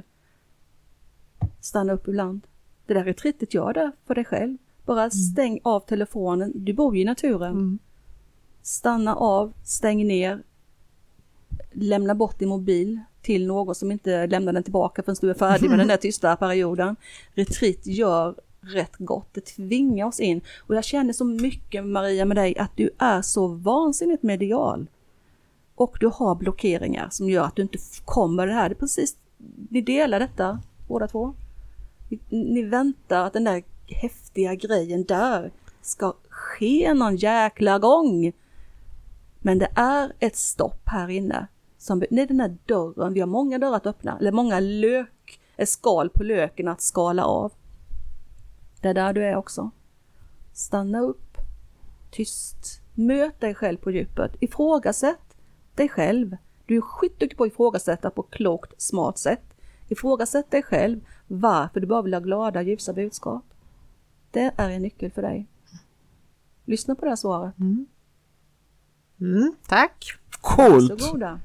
stanna upp ibland. Det där retreatet gör det för dig själv. Bara mm. stäng av telefonen, du bor ju i naturen. Mm. Stanna av, stäng ner, lämna bort din mobil till någon som inte lämnar den tillbaka förrän du är färdig med den där tysta perioden. Retreat gör rätt gott, det tvingar oss in. Och jag känner så mycket, Maria, med dig, att du är så vansinnigt medial. Och du har blockeringar som gör att du inte kommer det här. Det är precis, ni delar detta, båda två. Ni, ni väntar att den där häftiga grejen där ska ske någon jäkla gång. Men det är ett stopp här inne. Som, det är den här dörren, vi har många dörrar att öppna. Eller många lök, skal på löken att skala av. Det är där du är också. Stanna upp. Tyst. Möt dig själv på djupet. Ifrågasätt dig själv. Du är skitduktig på att ifrågasätta på klokt, smart sätt. Ifrågasätt dig själv. Varför du bara vill ha glada, ljusa budskap. Det är en nyckel för dig. Lyssna på det här svaret. Mm. Mm, tack. Coolt. Varsågoda.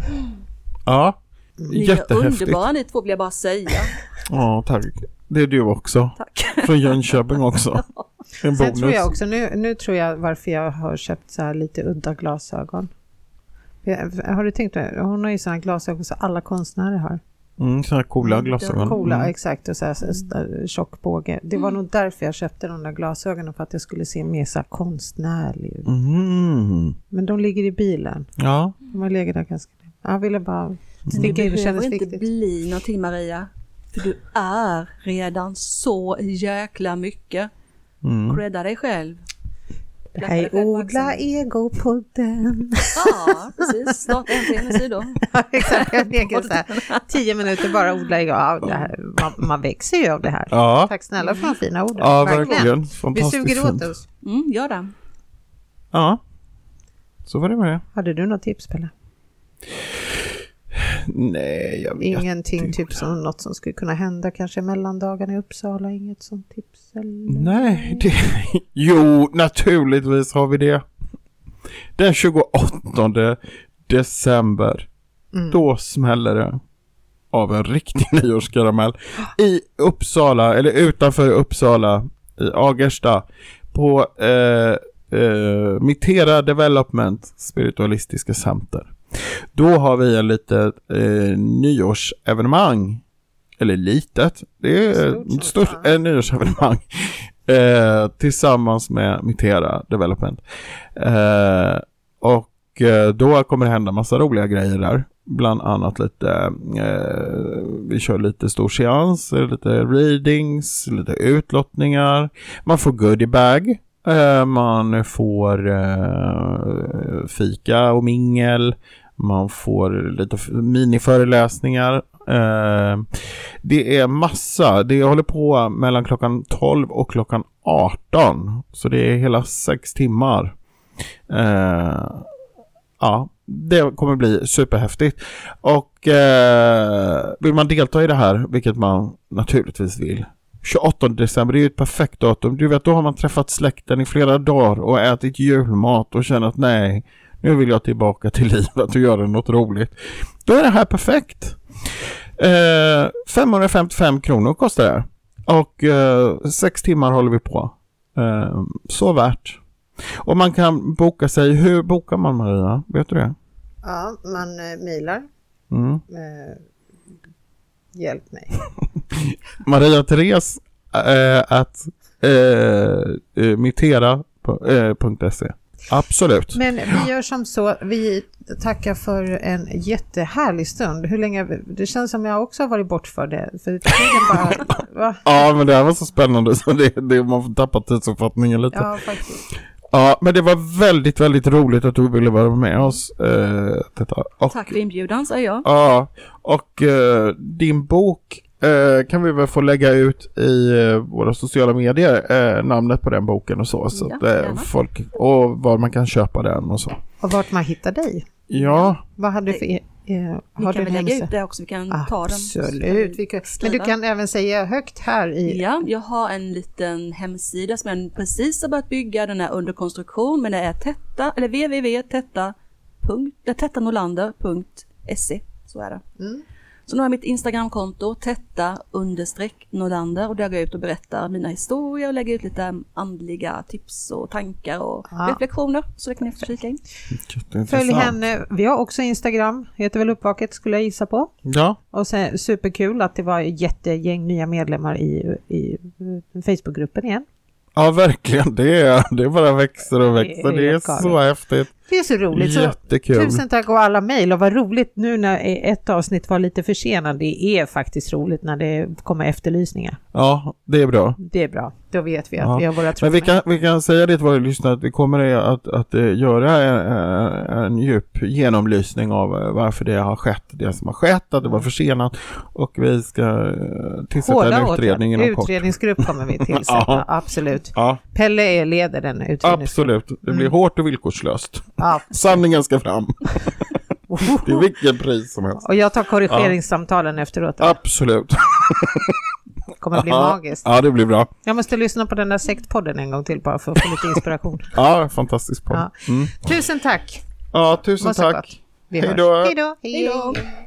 Ja, ni jättehäftigt. Ni är underbara, ni två vill jag bara säga. Ja, tack. Det är du också. Tack. Från Jönköping också. En Sen bonus. tror jag också, nu, nu tror jag varför jag har köpt så här lite udda glasögon. Har du tänkt det? Hon har ju sådana glasögon som alla konstnärer har. Mm, sådana coola glasögon. Coola, mm. exakt. Och så här, så här tjock båge. Det var mm. nog därför jag köpte de där glasögonen. För att jag skulle se mer så här konstnärlig ut. Mm. Men de ligger i bilen. Ja. De har legat där ganska. Jag ville bara sticka in. Det behöver inte viktigt. Bli någonting, Maria. För du är redan så jäkla mycket. Mm. Credda dig själv. Hej, odla egopodden. Ja, precis. Snart en till sidor. Ja, exakt. Jag tänker så här, tio minuter bara odla ego. Ja, det här, man, man växer ju av det här. Ja. Tack snälla för de fina orden. Ja, verkligen. Vi suger åt oss. Mm, gör det. Ja, så var det med det. Hade du något tips, Pelle? Nej, jag vet Ingenting inte. Typ som något som skulle kunna hända kanske mellandagarna i Uppsala, inget sånt tips eller? Nej, det... jo, naturligtvis har vi det. Den tjugoåttonde december mm. då smäller det av en riktig nyårskaramell i Uppsala, eller utanför Uppsala, i Agersta, på eh, eh, Mitera Development Spiritualistiska Center. Då har vi en litet eh, nyårsevenemang. Eller litet. Det är ett stort eh, nyårsevenemang. Eh, tillsammans med Mitera Development. Eh, och eh, då kommer det hända massa roliga grejer där. Bland annat lite eh, vi kör lite stor seans, lite readings, lite utlottningar. Man får goodie bag. Eh, man får eh, fika och mingel. Man får lite miniföreläsningar. Eh, det är massa. Det håller på mellan klockan tolv och klockan arton. Så det är hela sex timmar. Eh, ja, det kommer bli superhäftigt. Och eh, vill man delta i det här, vilket man naturligtvis vill. tjugoåttonde december, det är ju ett perfekt datum. Du vet, då har man träffat släkten i flera dagar och ätit julmat och känner att nej, nu vill jag tillbaka till livet och göra något roligt. Då är det här perfekt. Eh, femhundrafemtiofem kronor kostar det. Och eh, sex timmar håller vi på. Eh, så värt. Och man kan boka sig. Hur bokar man, Maria? Vet du det? Ja, man eh, mejlar. Mm. Eh, hjälp mig. Maria Therese eh, att eh, mitera punkt se. Absolut. Men vi gör som så, vi tackar för en jättehärlig stund. Hur länge, det känns som jag också har varit bort för det. För bara, va? Ja, men det här var så spännande så det, det, man får tappa tidsuppfattningen lite. Ja, faktiskt. Ja, men det var väldigt, väldigt roligt att du ville vara med oss. Eh, detta. Och, tack för inbjudan, säger jag. Ja, och eh, din bok eh, kan vi väl få lägga ut i eh, våra sociala medier, eh, namnet på den boken och så. så ja, att, eh, folk, och var man kan köpa den och så. Och vart man hittar dig. Ja. Vad hade du för Eh, vi har kan du väl lägga hemsida? ut det också, vi kan Absolut. ta den. Absolut. Vi kan, men du kan även säga högt här i... Ja, jag har en liten hemsida som jag precis har börjat bygga. Den är under konstruktion, men det är tetta, eller w w w punkt tetta nolander punkt se. Så är det. Mm. Så nu har jag mitt Instagramkonto, tetta understreck Nolander, och där går jag ut och berättar mina historier och lägger ut lite andliga tips och tankar och ja. reflektioner. Så det kan ni få kika in. Följ henne. Vi har också Instagram, heter väl Uppvaket skulle jag gissa på. Ja. Och sen, superkul att det var ett jättegäng nya medlemmar i, i Facebookgruppen igen. Ja, verkligen. Det är, det bara växer och växer. Det är, det är så häftigt. Det är så roligt. Jättekul. Så, tusen tack och alla mejl. Och vad roligt nu när ett avsnitt var lite försenat. Det är faktiskt roligt när det kommer efterlysningar. Ja, det är bra. Det är bra. Då vet vi att ja. vi har våra Men vi kan, vi kan säga det till våra lyssnare att vi kommer att, att, att göra en, en djup genomlysning av varför det har skett. Det som har skett, att det var försenat. Och vi ska tillsätta Hårda en utredning inom kort. Utredningsgrupp kommer vi tillsätta, ja. Absolut. Ja. Pelle är leder den utredningsgruppen. Absolut. Det blir mm. hårt och villkorslöst. Ja. Sanningen ska fram. Det är vilken pris som helst. Och jag tar korrigeringssamtalen ja. efteråt. Absolut. Kommer att bli magiskt. Ja, det blir bra. Jag måste lyssna på den där sektpodden en gång till bara för att få lite inspiration. Ja, fantastisk podd. Ja. Mm. Tusen tack. Ja, tusen tack. Hej då. Hej då.